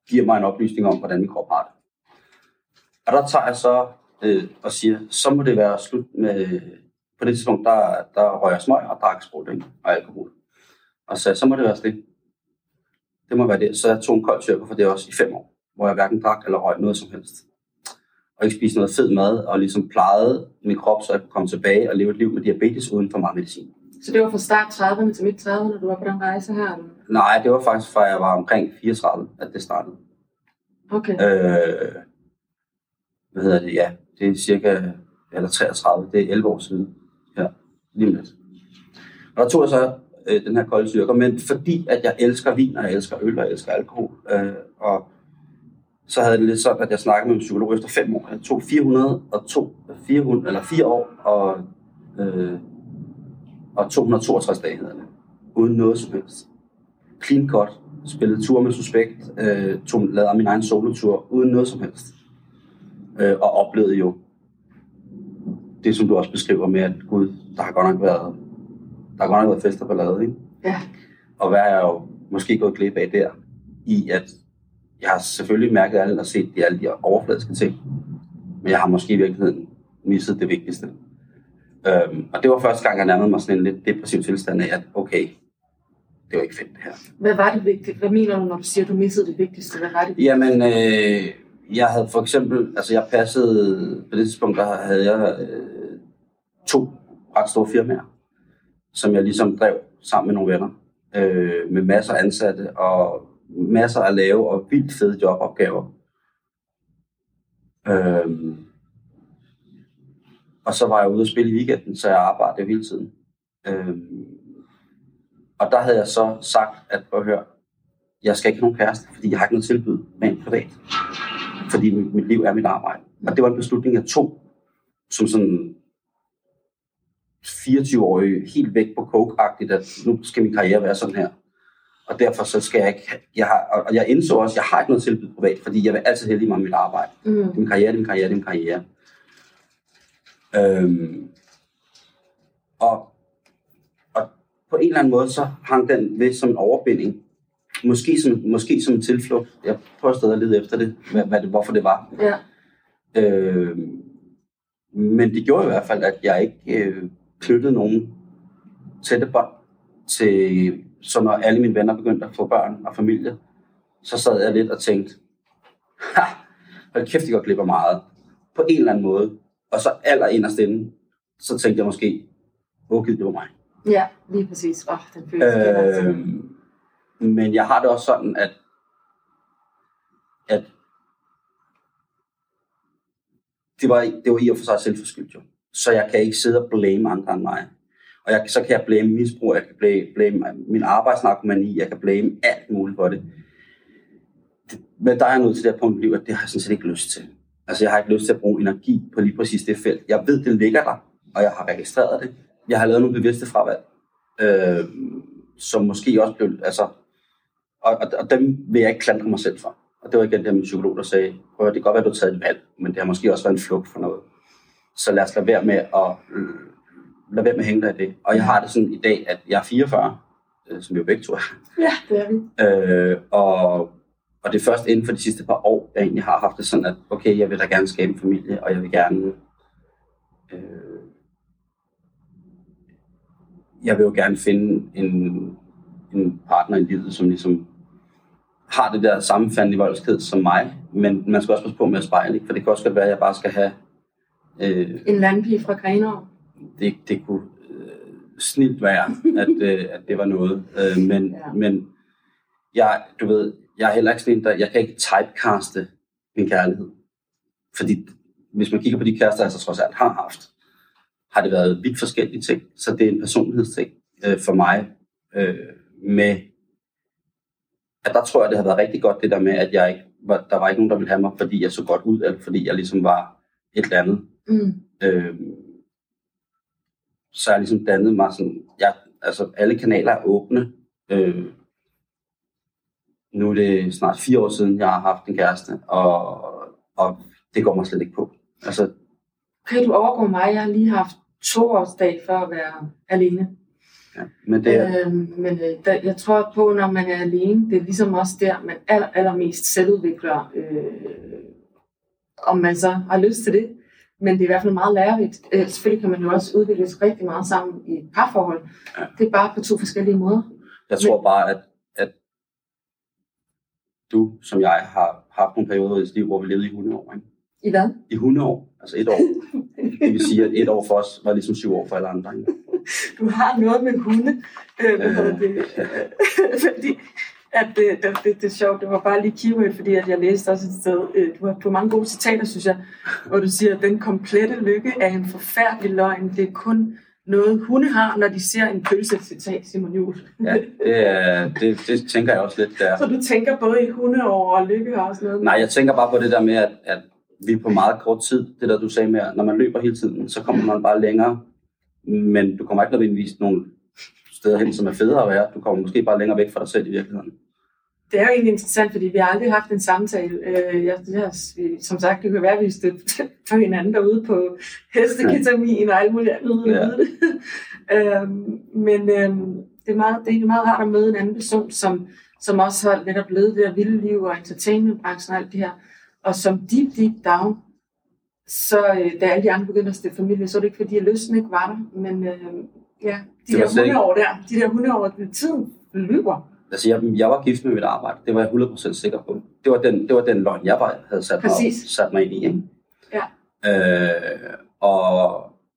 giver mig en oplysning om, hvordan min krop har det. Og der tager jeg så øh, og siger, så må det være slut med, på det tidspunkt, der, der røg jeg smøg og drak sprut, ikke? Og alkohol. Og så så må det være det. Det må være det. Så jeg tog en kold tyrker for det også i fem år, hvor jeg hverken drak eller røg noget som helst. Og ikke spiste noget fed mad, og ligesom plejede min krop, så jeg kunne komme tilbage og leve et liv med diabetes uden for meget medicin. Så det var fra start trediverne til midt trediverne, du var på den rejse her? Eller? Nej, det var faktisk fra jeg var omkring fireogtredive, at det startede. Okay. Øh, hvad hedder det? Ja, det er cirka, eller treogtredive, det er elleve år siden. Ja, lige lidt. Og der tog jeg så øh, den her kolde tyrker, men fordi at jeg elsker vin, og jeg elsker øl, og jeg elsker alkohol, øh, og så havde det lidt sådan, at jeg snakkede med en psykolog efter fem år. Jeg tog fire hundrede og to, fire hundrede, eller fire år, og, øh, og to hundrede og toogtres dage hedder det, uden noget som helst. Clean cut, spillede tur med Suspekt, øh, tog, lavede min egen solotur, uden noget som helst. Øh, og oplevede jo det, som du også beskriver med, at gud, der har godt nok været, der har godt nok været fester på ladet, ikke? Ja. Og hvad er jeg jo måske gået glip af der, i at jeg har selvfølgelig mærket alle og set de, alle de overfladiske ting, men jeg har måske i virkeligheden misset det vigtigste. Øhm, og det var første gang, jeg nærmede mig sådan en lidt depressiv tilstand af, at okay, det var ikke fedt det her. Hvad var det vigtigt? Hvad mener du, når du siger, at du missede det vigtigste? Hvad var det? Jamen, øh, jeg havde for eksempel, altså jeg passede, på det tidspunkt, der havde jeg øh, to ret store firmaer, som jeg ligesom drev sammen med nogle venner, øh, med masser af ansatte og masser af lave og vildt fede jobopgaver. Øhm, og så var jeg ude at spille i weekenden, så jeg arbejdede jo hele tiden. Øhm, og der havde jeg så sagt, at prøv at høre, jeg skal ikke have nogen kæreste, fordi jeg har ikke noget tilbud rent privat. Fordi mit, mit liv er mit arbejde. Og det var en beslutning, jeg tog, som sådan fireogtyve-årig, helt væk på coke-agtigt, at nu skal min karriere være sådan her. Og derfor så skal jeg ikke, jeg har, og jeg indså også, at jeg har ikke noget tilbud privat, fordi jeg vil altid heldig mig med mit arbejde. Mm. Det er min karriere, det er min karriere, det er min karriere. Øhm, og, og på en eller anden måde, så hang den ved som en overbinding. Måske som, måske som en tilflugt. Jeg prøver stadig at lede efter det, hvad, hvad det, hvorfor det var. Ja. Øhm, men det gjorde i hvert fald, at jeg ikke øh, knyttede nogen tætte bånd til. Så når alle mine venner begyndte at få børn og familie, så sad jeg lidt og tænkte, ha, hold kæft, jeg går glip af meget. På en eller anden måde. Og så allerinderst inde, så tænkte jeg måske, okay, det var mig. Ja, lige præcis. Åh, oh, den følelse. Øh, men jeg har det også sådan, at, at det, var, det var i og for sig selvforskyldt jo. Så jeg kan ikke sidde og blame andre end mig. Og jeg, så kan jeg blame misbrug, jeg kan blame, blame min arbejdsnarkomani, jeg kan blame alt muligt for det. det. Men der er jeg nået til det her punkt i livet, at det har jeg sådan set ikke lyst til. Altså jeg har ikke lyst til at bruge energi på lige præcis det felt. Jeg ved, det ligger der, og jeg har registreret det. Jeg har lavet nogle bevidste fravalg, øh, som måske også blev, altså, og, og, og dem vil jeg ikke klandre mig selv for. Og det var igen det, min psykolog, der sagde, prøv at det kan godt være, at du har taget et valg, men det har måske også været en flugt for noget. Så lad os lade være med at... Øh, lad være med at hænge dig i det. Og jeg har det sådan i dag, at jeg er fireogfyrre, øh, som vi jo begge to er. Ja, det er vi. Øh, og, og det er først inden for de sidste par år, jeg egentlig har haft det sådan, at okay, jeg vil da gerne skabe en familie, og jeg vil gerne... Øh, jeg vil jo gerne finde en, en partner i livet, som ligesom har det der sammenfaldende voldsked som mig, men man skal også passe på med at spejle, for det kan også godt være, at jeg bare skal have... Øh, en landpige fra Grenaa. Det, det kunne øh, snilt være, at, øh, at det var noget. Øh, men, ja. men jeg, du ved, jeg er heller ikke sådan en, der, jeg kan ikke typecaste min kærlighed. Fordi hvis man kigger på de kærester, jeg så trods alt har haft, har det været vidt forskellige ting. Så det er en personlighedsting øh, for mig. Øh, med, at der tror jeg, det har været rigtig godt, det der med, at jeg ikke, var, der var ikke nogen, der ville have mig, fordi jeg så godt ud, eller fordi jeg ligesom var et eller andet. Mm. Øh, så har jeg ligesom dannet mig sådan, jeg, altså alle kanaler er åbne. Øh, nu er det snart fire år siden, jeg har haft en kæreste, og, og det går mig slet ikke på. Altså, okay, du overgår mig. Jeg har lige haft to årsdag for at være alene. Ja, men det er... øhm, men øh, der, jeg tror på, når man er alene, det er ligesom også der, man aller, allermest selvudvikler, øh, om man så har lyst til det. Men det er i hvert fald meget lærerigt. Øh, selvfølgelig kan man jo også udvikles rigtig meget sammen i et parforhold. Ja. Det er bare på to forskellige måder. Jeg tror men... bare, at, at du, som jeg, har haft nogle perioder i dit liv, hvor vi levede i hundrede år. Ikke? I hvad? I hundrede år. Altså et år. Det vil sige, at et år for os var ligesom syv år for alle andre. Ikke? Du har noget med hunde. Øh, øh, det, fordi at det, det, det, det er sjovt. Det var bare lige keyword, fordi at jeg læste også et sted. Øh, du, har, du har mange gode citater, synes jeg, hvor du siger, at den komplette lykke er en forfærdelig løgn. Det er kun noget, hunde har, når de ser en pølse. Citat Simon Juhl. Ja, det, er, det, det tænker jeg også lidt der. Så du tænker både i hundeår og lykke og også noget? Nej, jeg tænker bare på det der med, at, at vi på meget kort tid, det der du sagde med, at når man løber hele tiden, så kommer man bare længere. Men du kommer ikke nødvendigvis nogle steder hen, som er federe at være. Du kommer måske bare længere væk fra dig selv i virkeligheden. Det er jo egentlig interessant, fordi vi har aldrig haft en samtale. Øh, jeg, jeg, som sagt, det kan være, at vi støtter for hinanden derude på hesteketamin og alt muligt andet. Ja. øhm, men øhm, det, er meget, det er meget rart at møde en anden person, som, som også har netop levet det her vilde liv og entertainmentbranchen og alt det her. Og som deep, deep down, så øh, da alle de andre begyndte at stifte familie, så er det ikke, fordi lysten ikke var der. Men øh, ja, de der hundrede år der, de der hundrede år, tiden løber. Altså, jeg, jeg var gift med mit arbejde. Det var jeg hundrede procent sikker på. Det var den, det var den løgn, jeg var, havde sat mig, sat mig ind i. Ikke? Ja. Øh, og,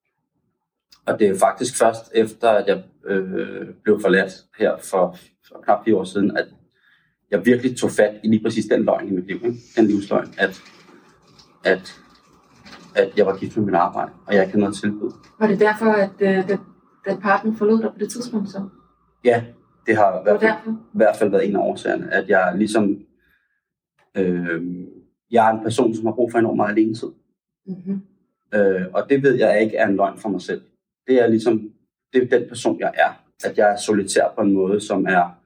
og det er faktisk først efter, at jeg øh, blev forladt her for, for knap fire år siden, at jeg virkelig tog fat i lige præcis den løgn i mit liv. Ikke? Den livsløgn, at, at, at jeg var gift med mit arbejde, og jeg ikke havde noget tilbud. Var det derfor, at øh, den, den partner forlod dig på det tidspunkt så? Ja. Det har i hvert, fald, i hvert fald været en af årsagerne, at jeg ligesom, øh, jeg er en person, som har brug for enormt meget alenetid. Mm-hmm. Øh, og det ved jeg ikke er en løgn for mig selv. Det er ligesom, det er den person, jeg er. At jeg er solitær på en måde, som er,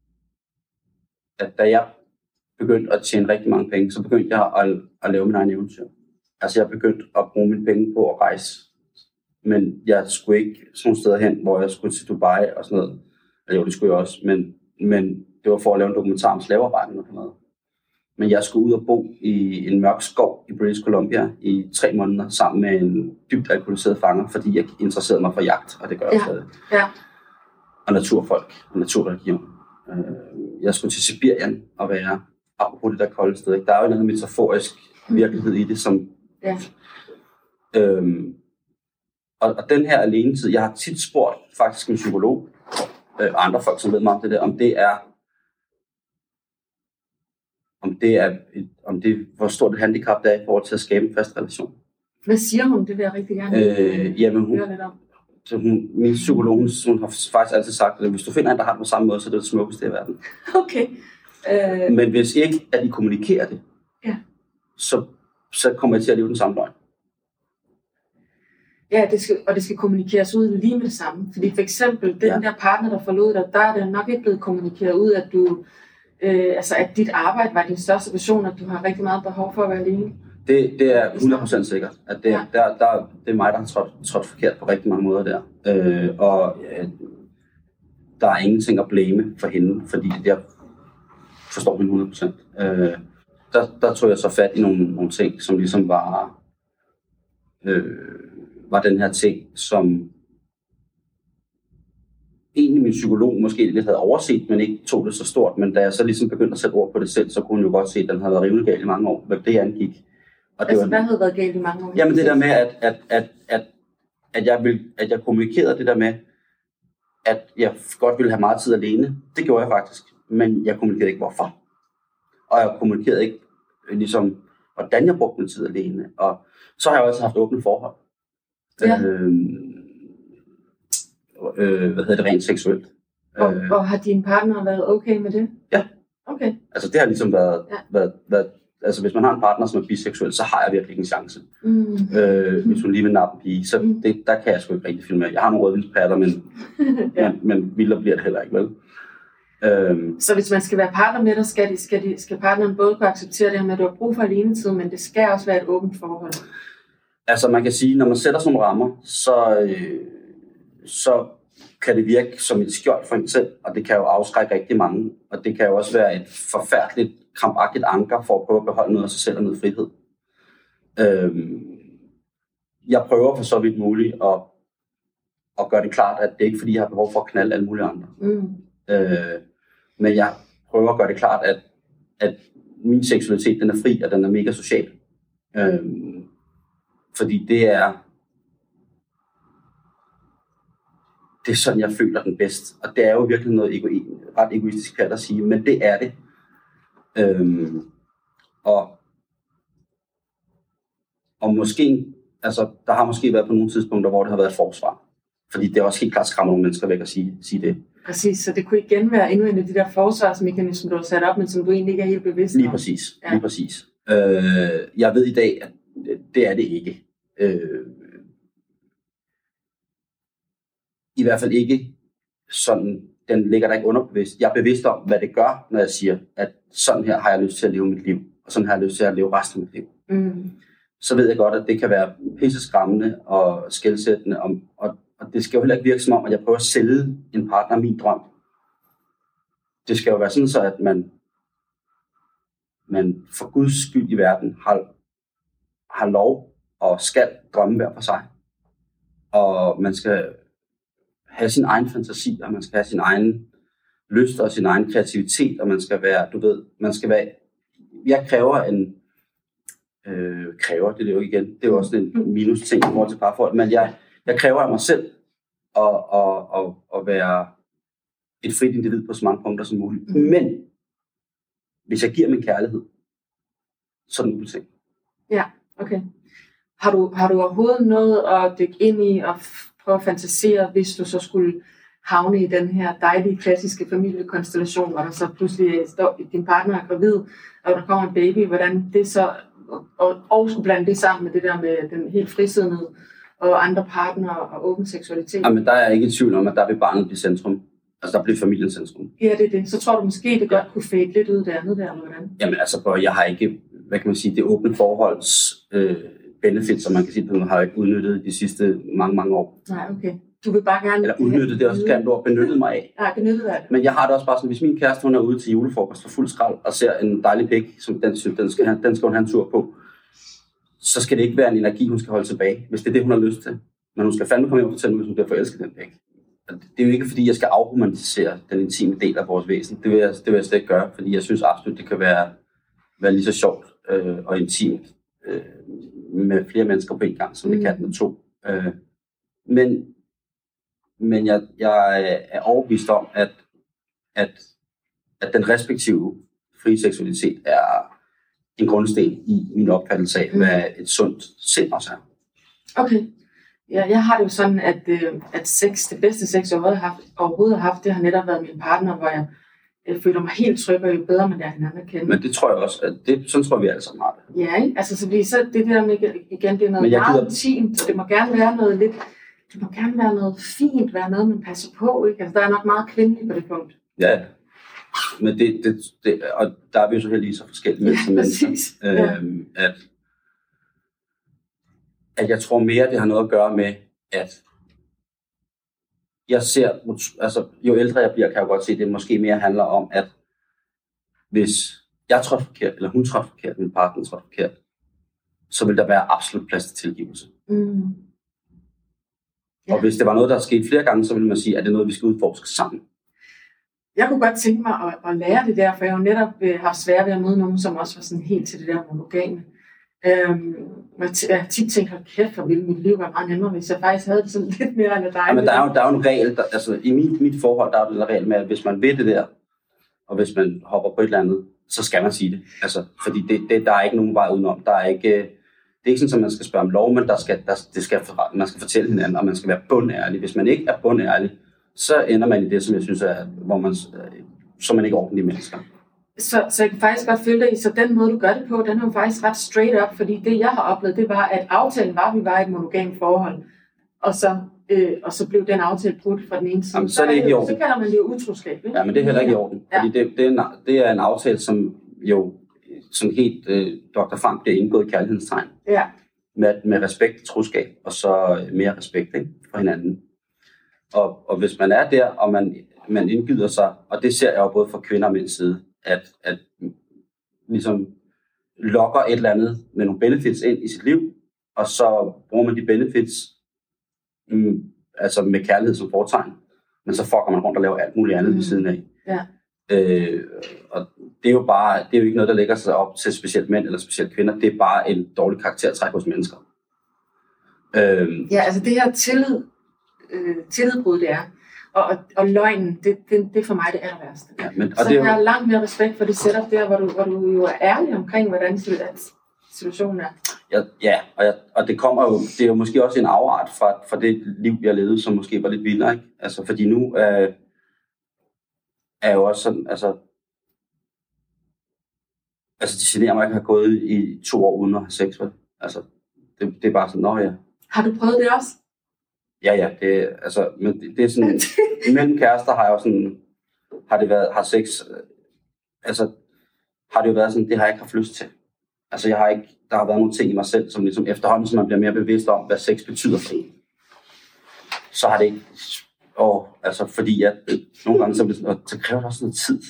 at da jeg begyndte at tjene rigtig mange penge, så begyndte jeg at, at lave min egen eventyr. Altså jeg begyndte at bruge mine penge på at rejse. Men jeg skulle ikke sådan nogle steder hen, hvor jeg skulle til Dubai og sådan noget. Jo, det skulle jeg også, men, men det var for at lave en dokumentar om slavearbejde. Men jeg skulle ud og bo i en mørk skov i British Columbia i tre måneder sammen med en dybt alkoholiseret fanger, fordi jeg interesserede mig for jagt, og det gør jeg ja. stadig. Ja. Og naturfolk og naturreligion. Jeg skulle til Sibirien og være, apropos det der kolde sted, ikke? Der er jo en metaforisk virkelighed i det, som... Ja. Øhm, og, og den her alenetid, jeg har tit spurgt faktisk en psykolog, og andre folk, som ved mig om det der, om det er, om det er, om det, hvor stort et handicap det er i forhold til at skabe en fast relation. Hvad siger hun? Det vil jeg rigtig gerne øh, jamen, hun, høre lidt om. Så hun, min psykolog, hun, hun har faktisk altid sagt, at hvis du finder en, der har det på samme måde, så er det det smukkeste i verden. Okay. Øh... Men hvis ikke, at I kommunikerer det, ja. så, så kommer I til at leve den samme løgn. Ja, det skal, og det skal kommunikeres ud lige med det samme. Fordi for eksempel, den ja. der partner, der forlod dig, der er det nok ikke blevet kommunikeret ud, at du, øh, altså at dit arbejde var din største passion, at du har rigtig meget behov for at være alene. Det, det er hundrede procent sikkert. At det, ja. der, der, det er mig, der har trådt, trådt forkert på rigtig mange måder der. Øh, og øh, der er ingenting at blame for hende, fordi jeg forstår hende hundrede procent. Øh, der, der tog jeg så fat i nogle, nogle ting, som ligesom var... Øh, var den her ting, som egentlig min psykolog måske lidt havde overset, men ikke tog det så stort. Men da jeg så ligesom begyndte at sætte ord på det selv, så kunne hun jo godt se, at den havde været rivende galt i mange år, hvad det angik. Og det altså, var, hvad havde været galt i mange år? Jamen det der med, at, at, at, at, at, jeg, ville, at jeg kommunikerede det der med, at jeg godt ville have meget tid alene. Det gjorde jeg faktisk, men jeg kommunikerede ikke hvorfor. Og jeg kommunikerede ikke, ligesom, hvordan jeg brugte min tid alene. Og så har jeg også haft åbne forhold. Ja. Øh, øh, hvad hedder det, rent seksuelt. Og, øh, og har din partner været okay med det? Ja. Okay. Altså det har ligesom været, ja. været, været, altså hvis man har en partner, som er biseksuel, så har jeg virkelig ikke en chance. Mm. Øh, hvis hun lige vil nappe en pige, så mm. det, der kan jeg sgu ikke rigtig filme med. Jeg har nogle rødvinspatter, men, ja. men, men vildere bliver det heller ikke, vel? Øhm. Så hvis man skal være partner med dig, skal, de, skal, de, skal partneren både kunne acceptere det her med, at du har brug for alenetid, men det skal også være et åbent forhold? Altså man kan sige, når man sætter sådan nogle rammer, så, øh, så kan det virke som et skjold for en selv, og det kan jo afskrække rigtig mange, og det kan jo også være et forfærdeligt, krampagtigt anker for at prøve at beholde noget af sig selv og noget frihed. Øhm, jeg prøver for så vidt muligt at, at gøre det klart, at det ikke er fordi, jeg har behov for at knalde alle mulige andre. Mm. Øh, men jeg prøver at gøre det klart, at, at min seksualitet, den er fri, og den er mega social. Øhm, fordi det er det er sådan, jeg føler den bedst. Og det er jo virkelig noget ego- ret egoistisk plat at sige, men det er det. Øhm, og, og måske, altså, der har måske været på nogle tidspunkter, hvor det har været et forsvar. Fordi det er også helt klart skræmmer nogle mennesker væk at sige, sige det. Præcis, så det kunne igen være endnu en af de der forsvarsmekanismer, du har sat op, men som du egentlig ikke er helt bevidst om. Lige præcis, ja. Lige præcis. Øh, jeg ved i dag, at det er det ikke. Øh, I hvert fald ikke sådan, den ligger der ikke underbevidst. Jeg er bevidst om, hvad det gør, når jeg siger, at sådan her har jeg lyst til at leve mit liv, og sådan har jeg lyst til at leve resten af mit liv. Mm. Så ved jeg godt, at det kan være pisseskræmmende og skelsættende, og, og, og det skal jo heller ikke virke som om, at jeg prøver at sælge en partner min drøm. Det skal jo være sådan, så at man, man for Guds skyld i verden har, har lov og skal drømme hver for sig. Og man skal have sin egen fantasi, og man skal have sin egen lyst og sin egen kreativitet, og man skal være, du ved, man skal være, jeg kræver en, øh, kræver, det er jo igen, det er jo også en minus ting i forhold til parforhold, men jeg, jeg kræver af mig selv at, at, at, at være et frit individ på så mange punkter som muligt. Men hvis jeg giver min kærlighed, så er den ubetinget. Ja, okay. Har du, har du overhovedet noget at dykke ind i og prøve at fantasere, hvis du så skulle havne i den her dejlige, klassiske familiekonstellation, hvor der så pludselig står, din partner er gravid, og der kommer en baby, hvordan det så, og, og skulle blande det sammen med det der med den helt frisindede og andre partnere og åben seksualitet? Jamen, der er jeg ikke i tvivl om, at der vil barnet blive centrum. Altså, der bliver familien centrum. Ja, det er det. Så tror du måske, det godt kunne fade lidt ud det andet der, eller hvordan? Jamen, altså, jeg har ikke, hvad kan man sige, det åbne forholds øh, benefits, som man kan sige på noget, har jeg ikke udnyttet de sidste mange, mange år. Nej, okay. Du vil bare gerne... Eller udnyttet, det er også gerne ord, benyttet mig af. Ja, benyttet af det. Men jeg har det også bare sådan, hvis min kæreste, hun er ude til julefrokost for fuld skrald, og ser en dejlig pik, som den, den, skal, den skal hun have en tur på, så skal det ikke være en energi, hun skal holde tilbage, hvis det er det, hun har lyst til. Men hun skal fandme komme hjem og fortælle mig, hvis hun bliver forelsket den pik. Det er jo ikke, fordi jeg skal afromantisere den intime del af vores væsen. Det vil jeg, det vil jeg slet ikke gøre, fordi jeg synes absolut, det kan være, være lige så sjovt øh, og intimt øh, med flere mennesker på en gang, som det mm. kan med to. Øh, men men jeg, jeg er overbevist om, at, at, at den respektive frie seksualitet er en grundsten i min opfattelse af, hvad et sundt sind også er. Okay. Ja, jeg har det jo sådan, at, øh, at sex, det bedste sex, jeg overhovedet har haft, overhovedet har haft, det har netop været min partner, hvor jeg, jeg føler mig helt tryg, og jo bedre man lærer hinanden at kende. Men det tror jeg også, at det, sådan tror vi alle sammen har det. Ja, ikke? Altså så, fordi, så det der med, igen, det er noget meget intimt, og det må gerne være noget lidt, det må gerne være noget fint, være noget, man passer på, ikke? Altså der er nok meget kvindeligt på det punkt. Ja, men det, det, det og der er vi jo så heldigvis så forskellige ja, mennesker, ja. øhm, at at jeg tror mere, det har noget at gøre med, at jeg ser, altså jo ældre jeg bliver, kan jeg godt se, at det måske mere handler om, at hvis jeg trådte forkert, eller hun trådte forkert, min partner trådte forkert, så vil der være absolut plads til tilgivelse. Mm. Ja. Og hvis det var noget, der er sket flere gange, så vil man sige, at det er noget, vi skal udforske sammen. Jeg kunne godt tænke mig at, at lære det der, for jeg har jo netop øh, haft svært ved at møde nogen, som også var sådan helt til det der monogame. Øhm, jeg har tit tænkt, hold kæft, hvor ville mit liv være meget nemmere, hvis jeg faktisk havde det sådan lidt mere end dig. Ja, men der er jo, der er jo en regel, der, altså i mit, mit forhold, der er jo den regel med, at hvis man ved det der, og hvis man hopper på et eller andet, så skal man sige det. Altså, fordi det, det, der er ikke nogen vej udenom. Der er ikke, det er ikke sådan, at man skal spørge om lov, men der skal, der, det skal, man skal fortælle hinanden, og man skal være bundærlig. Hvis man ikke er bundærlig, så ender man i det, som jeg synes er, hvor man, så man ikke er ordentlige mennesker. Så, så jeg kan faktisk godt følge dig i, så den måde, du gør det på, den er jo faktisk ret straight up, fordi det, jeg har oplevet, det var, at aftalen var, at vi var i et monogamt forhold, og så, øh, og så blev den aftale brudt fra den ene side. Jamen, så er det ikke i orden. Så kalder man det jo utroskab, ikke? Ja, men det er heller ikke i orden, ja. Fordi det, det, er en, det er en aftale, som jo sådan helt øh, doktor Frank bliver indgået i kærlighedens tegn. Ja. Med, med respekt, troskab, og så mere respekt, ikke, for hinanden. Og, og hvis man er der, og man, man indgyder sig, og det ser jeg jo både fra kvinder og mænds side, at, at ligesom lokker et eller andet med nogle benefits ind i sit liv, og så bruger man de benefits mm, altså med kærlighed som fortegn, men så fucker man rundt og laver alt muligt andet mm. ved siden af. Ja. Øh, og det er jo bare, det er jo ikke noget, der lægger sig op til specielt mænd eller specielt kvinder, det er bare en dårlig karaktertræk hos mennesker. Øh, ja, altså det her tillid, øh, tillidbrud det er, og, og, og løgnen, det, det, det er for mig det aller værste. Ja, men, og så det er jeg har jo langt mere respekt for det setup der, hvor du, hvor du jo er ærlig omkring, hvordan situationen er. Ja, ja og, jeg, og det kommer jo, det er jo måske også en afart fra, fra det liv, jeg levede, som måske var lidt vildere, ikke? Altså, fordi nu øh, er jo også sådan, altså, altså det generer mig ikke at have gået i to år uden at have sex, vel? Altså, det, det er bare sådan, nå ja. Har du prøvet det også? Ja, ja, det, altså, men det, det er sådan, mellem kærester har jeg jo sådan, har det været, har sex, altså, har det jo været sådan, det har jeg ikke haft lyst til. Altså, jeg har ikke, der har været nogle ting i mig selv, som ligesom efterhånden, som man bliver mere bevidst om, hvad sex betyder for en. Så har det ikke, og altså, fordi jeg, nogle gange, så, sådan, så kræver det også noget tid.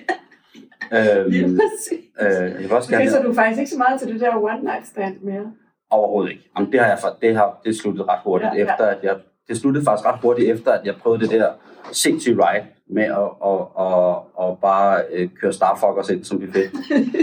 øhm, øh, jeg også okay, så du er faktisk ikke så meget til det der one night stand mere? Overhovedet ikke. Jamen, det har jeg det har det sluttede ret hurtigt ja, ja. efter at jeg det sluttede faktisk ret hurtigt efter at jeg prøvede det der sindssyge ride med at og, og, og bare øh, køre Starfuckers ind som buffet.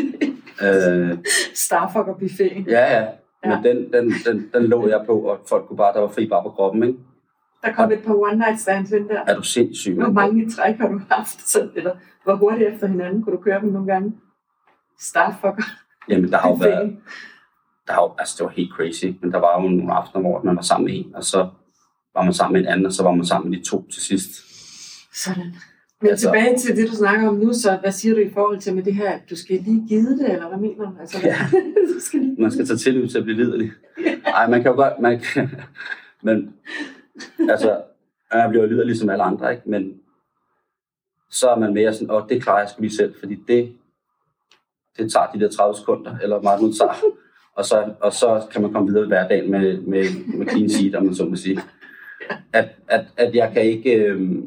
øh, Starfucker buffet. Ja, ja. Men ja. Den, den, den, den lå jeg på, og folk kunne bare, der var fri bare på kroppen, ikke? Der kom et par one night stands ind der. Er du sindssyg? Hvor mange træk har du haft? Så, eller hvor hurtigt efter hinanden kunne du køre dem nogle gange? Starfucker. Jamen, der har jo været... Der har jo, altså, det var helt crazy, men der var jo nogle aftener, hvor man var sammen med en, og så var man sammen med en anden, og så var man sammen med de to til sidst. Sådan. Men altså, tilbage til det, du snakker om nu, så hvad siger du i forhold til med det her, at du skal lige give det, eller hvad mener du? Altså, ja. du skal lige... Man skal tage tillid til at blive liderlig. Nej, man kan jo godt, man kan, men altså, jeg bliver jo liderlig som alle andre, ikke? Men så er man mere sådan, åh, det klarer jeg sgu lige selv, fordi det, det tager de der tredive sekunder, eller meget nu tager. Og så, og så kan man komme videre i hverdagen med, med, med clean sheet, om man så må sige. At, at, at jeg kan ikke... Øh,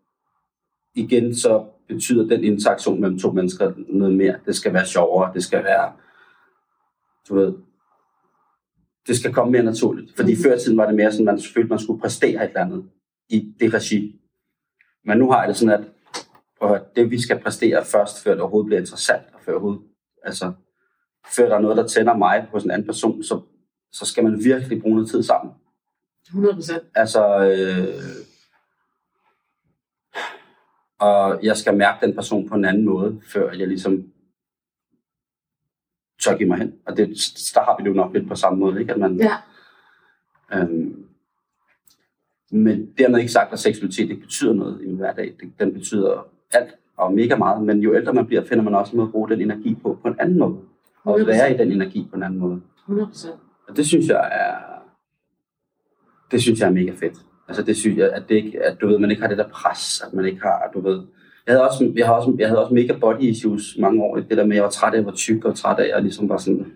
igen, så betyder den interaktion mellem to mennesker noget mere. Det skal være sjovere, det skal være... Du ved... Det skal komme mere naturligt. Fordi mm. før i tiden var det mere sådan, at man følte, man skulle præstere et eller andet i det regi. Men nu har jeg det sådan, at og det vi skal præstere først, før det overhovedet bliver interessant, og før overhovedet... Altså, før der er noget, der tænder mig hos en anden person, så, så skal man virkelig bruge noget tid sammen. hundrede procent. Altså, øh, og jeg skal mærke den person på en anden måde, før jeg ligesom tør give mig hen. Og det, der har vi det jo nok lidt på samme måde, ikke? At man, ja. øhm, men dermed ikke sagt, at seksualitet ikke betyder noget i min hverdag. Det, den betyder alt og mega meget, men jo ældre man bliver, finder man også en måde at bruge den energi på, på en anden måde. Og være i den energi på en anden måde. hundrede procent. Og det synes jeg er, det synes jeg er mega fedt. Altså det synes jeg, at det ikke, at du ved, man ikke har det der pres, at man ikke har, du ved. Jeg havde også, jeg havde også, jeg havde også mega body issues mange år. Det der med, at jeg var træt af, at jeg var tyk og træt af, at jeg ligesom var sådan,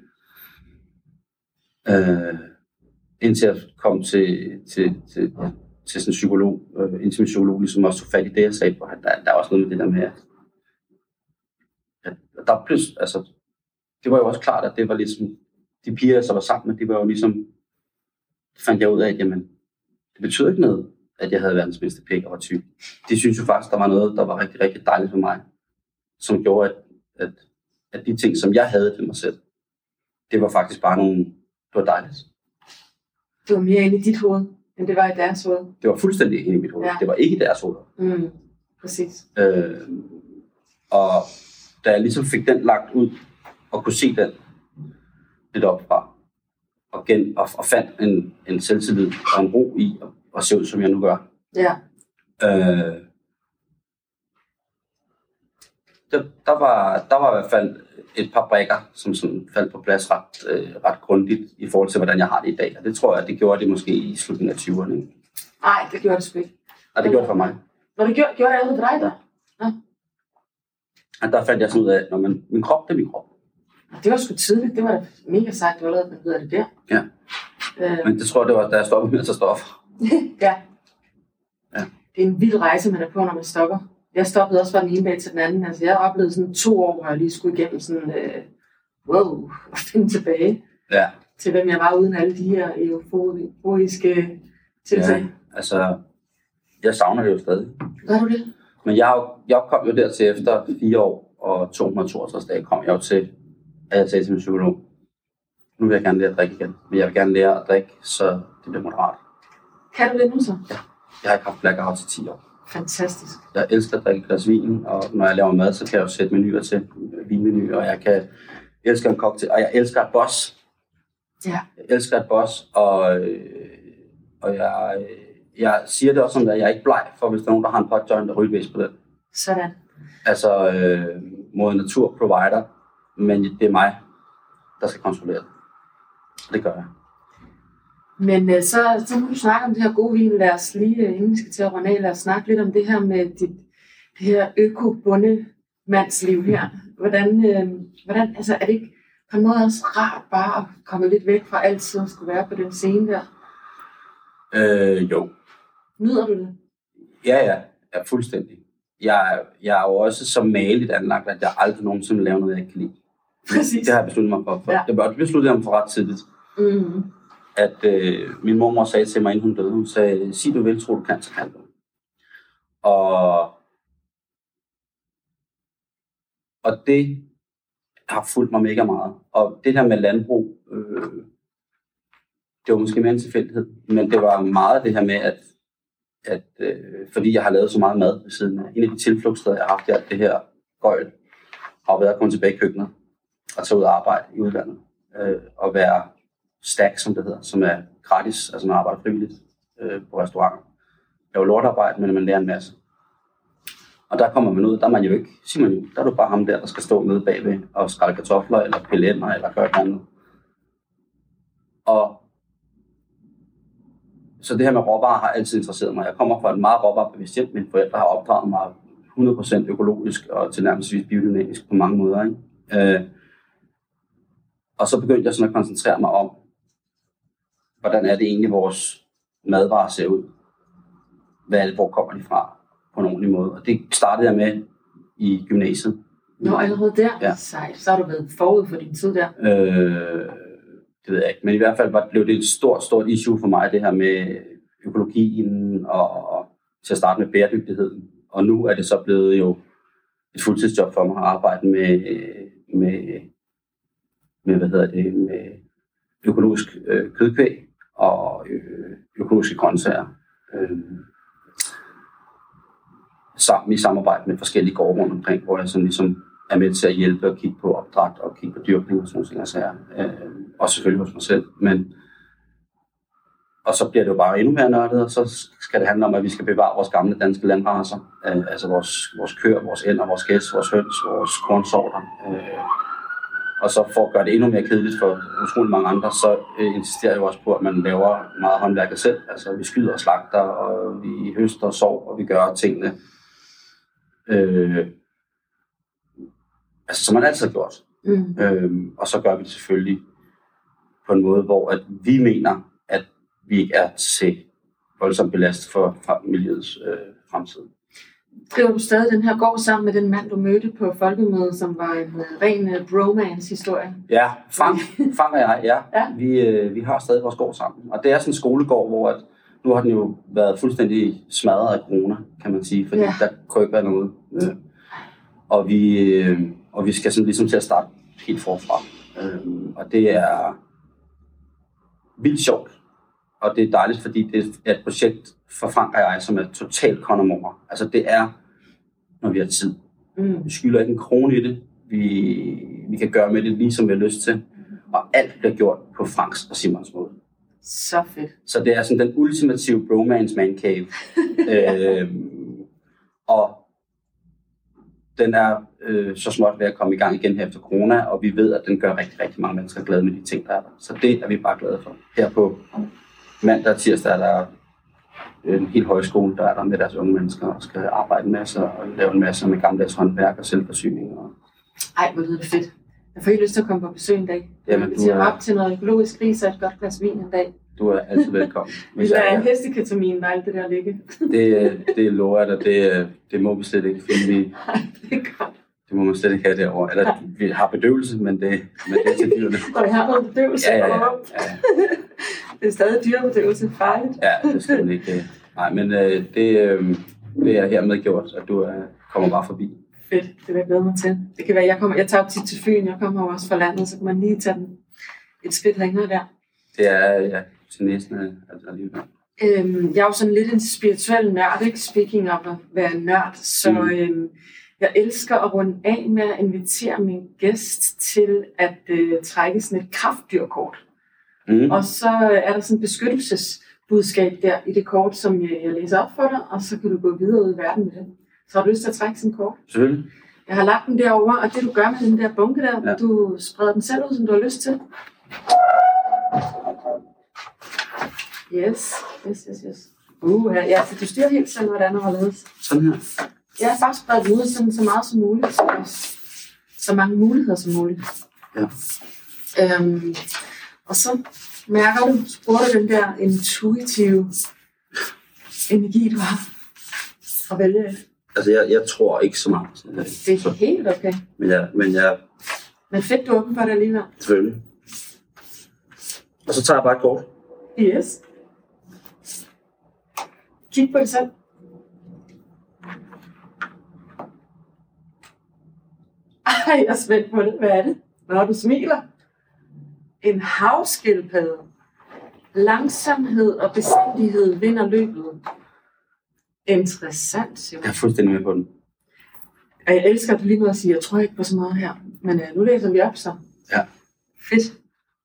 øh, indtil jeg kom til, til, til, til sådan en psykolog, øh, indtil min psykolog ligesom også tog fat i det, jeg sagde på, at der, der er også noget med det der med, at, at der pludselig, altså, det var jo også klart, at det var ligesom, de piger, jeg så var sammen med, de var jo ligesom, det fandt jeg ud af, at jamen, det betyder ikke noget, at jeg havde verdens bedste pik og var tyk. De synes jo faktisk, der var noget, der var rigtig, rigtig dejligt for mig, som gjorde, at, at, at de ting, som jeg havde til mig selv, det var faktisk bare nogle, det var dejligt. Det var mere inde i dit hoved, end det var i deres hoved. Det var fuldstændig inde i mit hoved. Ja. Det var ikke i deres hoved. Mm, præcis. Øh, og da jeg ligesom fik den lagt ud, og kunne se den lidt opfra, og, gen, og, og fandt en, en selvtillid og en ro i at, at se ud, som jeg nu gør. Ja. Øh, der, der, var, der var i hvert fald et par brikker, som sådan faldt på plads ret, øh, ret grundigt i forhold til, hvordan jeg har det i dag. Og det tror jeg, det gjorde det måske i slutningen af tyverne. Nej, det gjorde det sgu ikke. Nej, det gjorde det for mig. Når det gjorde, gjorde det allerede for dig, der? Ja. Og der fandt jeg sådan ud af, at når man, min krop, det er min krop. Det var sgu tidligt. Det var mega sejt, du allerede fandt ud af det der. Ja. Øh. Men det tror jeg, det var, da jeg stoppede med at tage stoffer. ja. Ja. det er en vild rejse, man er på, når man stopper. Jeg stoppede også fra den ene dag til den anden. Altså, jeg oplevede sådan to år, hvor jeg lige skulle igennem sådan, øh, wow, og finde tilbage ja. til, hvem jeg var uden alle de her euforiske tiltag. Ja, altså, jeg savner det jo stadig. Gør du det? Men jeg, jo, jeg kom jo dertil efter fire år og to hundrede og toogtres dage, kom jeg jo til, at jeg sagde til min psykolog, nu vil jeg gerne lære at drikke igen, men jeg vil gerne lære at drikke, så det bliver moderat. Kan du det nu så? Ja, jeg har ikke haft blackout til ti år. Fantastisk. Jeg elsker at drikke et glas vin, og når jeg laver mad, så kan jeg jo sætte menuer til, vinmenuer, og jeg kan elsker en cocktail, og jeg elsker et boss. Ja. Jeg elsker et boss, og, og jeg, jeg siger det også sådan, at jeg er ikke bleg for, hvis der er nogen, der har en potjoint, der rygevæs på den. Sådan. Altså øh, mod natur provider, men det er mig, der skal kontrollere det. Og det gør jeg. Men øh, så, så må du snakke om det her gode vin. Lad os lige, øh, inden vi skal til at runde af, lad os snakke lidt om det her med dit, det her øko-bundemandsliv her. Hvordan, øh, hvordan, altså er det ikke på en måde også rart bare at komme lidt væk fra altid at skulle være på den scene der? Øh, jo. Nyder du det? Ja, ja. Ja, fuldstændig. Jeg, jeg er jo også så maligt anlagt, at jeg aldrig nogensinde vil lave noget, jeg ikke kan lide. Præcis. Det har jeg besluttet mig for. for. Ja. Jeg besluttede mig for ret tidligt. Mm-hmm. At øh, min mormor sagde til mig, inden hun døde, hun sagde, sig du vil, tro du kan, så kan du. Og, og det har fulgt mig mega meget. Og det der med landbrug, øh, det var måske mere en tilfældighed, men det var meget det her med, at, at øh, fordi jeg har lavet så meget mad ved siden af, en af de tilflugtssteder, jeg har haft, det er det her gøjl, har været at komme tilbage i køkkenet og tage ud og arbejde i udlandet, øh, og være stack, som det hedder, som er gratis, altså man arbejder frivilligt øh, på restauranter. Jeg er jo lortarbejde, men man lærer en masse. Og der kommer man ud, der er man jo ikke, siger man jo, der er du bare ham der, der skal stå nede bagved og skrælle kartofler, eller pille ænder, eller gøre et andet. Og så det her med råvarer har altid interesseret mig. Jeg kommer fra et meget råvarebevidst hjem. Mine forældre har opdraget mig hundrede procent økologisk og tilnærmelsesvis biodynamisk på mange måder. Ikke? Øh, og så begyndte jeg sådan at koncentrere mig om, hvordan er det egentlig, vores madvarer ser ud? Hvad er det, hvor kommer de fra? På en ordentlig måde. Og det startede jeg med i gymnasiet. Nå, allerede der? Ja. Sejt. Så har du været forud for din tid der? Øh, det ved jeg ikke. Men i hvert fald var, blev det et stort, stort issue for mig, det her med økologien og, og til at starte med bæredygtigheden. Og nu er det så blevet jo et fuldtidsjob for mig at arbejde med, med, med hvad hedder det, med økologisk øh, kødkvæg og øh, økologiske grøntsager. Øh, sammen i samarbejde med forskellige gårde rundt omkring, hvor jeg sådan ligesom er med til at hjælpe og kigge på opdræt og kigge på dyrkning og sådan noget. Så øh, og selvfølgelig hos mig selv. Men, og så bliver det jo bare endnu mere nørdet, og så skal det handle om, at vi skal bevare vores gamle danske landracer. Øh, altså vores, vores køer, vores ænder, vores gæs, vores høns, vores kornsorter. Øh, og så for at gøre det endnu mere kedeligt for utrolig mange andre, så øh, insisterer jeg jo også på, at man laver meget håndværket selv. Altså vi skyder og slagter, og vi høster og sov, og vi gør tingene Øh, altså som man altid har gjort. Mm. Øhm, og så gør vi det selvfølgelig på en måde, hvor at vi mener, at vi ikke er til voldsomt belastet for, for miljøets øh, fremtid. Driver du stadig den her gård sammen med den mand, du mødte på folkemødet, som var en uh, ren uh, bromance-historie? Ja, Frank, Frank og jeg, ja. ja. Vi, øh, vi har stadig vores gård sammen. Og det er sådan en skolegård, hvor at, nu har den jo været fuldstændig smadret af corona, kan man sige, fordi ja. Der kunne ikke være noget. Øh, og, vi, øh, og vi skal sådan ligesom til at starte helt forfra. Øh, og det er vildt sjovt. Og det er dejligt, fordi det er et projekt for Frank og jeg, som er totalt kondomor. Altså det er, når vi har tid. Mm. Vi skylder ikke en krone i det. Vi, vi kan gøre med det lige som vi har lyst til. Og alt bliver gjort på Franks og Simons måde. Så fedt. Så det er sådan den ultimative bromance man cave. øhm, og den er øh, så småt ved at komme i gang igen her efter corona, og vi ved, at den gør rigtig, rigtig mange mennesker glade med de ting, der er der. Så det er vi bare glade for. Her på mandag og tirsdag er der en hel højskole, der er der med deres unge mennesker og skal arbejde en masse og lave en masse med gammeldags håndværk og selvforsyning. Og... Ej, hvor lyder det fedt. Jeg får helt lyst til at komme på besøg en dag. Jamen, vi tager er... op til noget økologisk ris og et godt glas vin en dag. Du er altid velkommen. Vi lader en hesteketamin og alt det der ligge. det, det lover jeg dig, det, det må vi slet ikke, fordi vi, det er godt. Det må man slet ikke have derovre. Eller vi har bedøvelse, men det, men det er til dyrene. Og jeg har noget bedøvelse. Ja, ja, ja. ja. Det er stadig dyrebedøvelse, farligt. Ja, det skal man ikke. Nej, men øh, det, øh, det er hermed gjort, at du øh, kommer bare forbi. Fedt, det vil jeg glæde mig til. Det kan være, jeg kommer, jeg tager tit til Fyn, jeg kommer også fra landet, så kan man lige tage den et skridt længere der. Det er, ja, til næsten altså alligevel. Øhm, jeg er jo sådan lidt en spirituel nørd, ikke? Speaking of at være nørd, så mm. øhm, jeg elsker at runde af med at invitere min gæst til at øh, trække sådan et kraftdyrkort. Mm. Og så er der sådan et beskyttelsesbudskab der i det kort, som jeg, jeg læser op for dig, og så kan du gå videre ud i verden med det. Så har du lyst til at trække sådan et kort? Selvfølgelig. Jeg har lagt den derovre, og det du gør med den der bunke der, ja. Du spreder den selv ud, som du har lyst til. Yes, yes, yes, yes. Uh, ja, så du styrer helt selv, hvordan du har lavet. Sådan her? Ja, bare sprede den ud sådan, så meget som muligt, så, så mange muligheder som muligt. Ja. Øhm, og så mærker du, spurgte den der intuitive energi, du har at vælge. Altså, jeg, jeg tror ikke så meget. Så det er så helt okay. Men jeg... Men, jeg, men fedt, du er åben for det alligevel. Selvfølgelig. Og så tager jeg bare et kort. Yes. Kig på det selv. Ej, jeg er spændt på det. Hvad er det? Når du smiler. En havskildpadde. Langsomhed og besindighed vinder løbet. Interessant, siger jeg. er fuldstændig med på den. Jeg elsker, at du lige må sige, jeg tror ikke på så meget her. Men uh, nu læser vi op så. Ja. Fedt.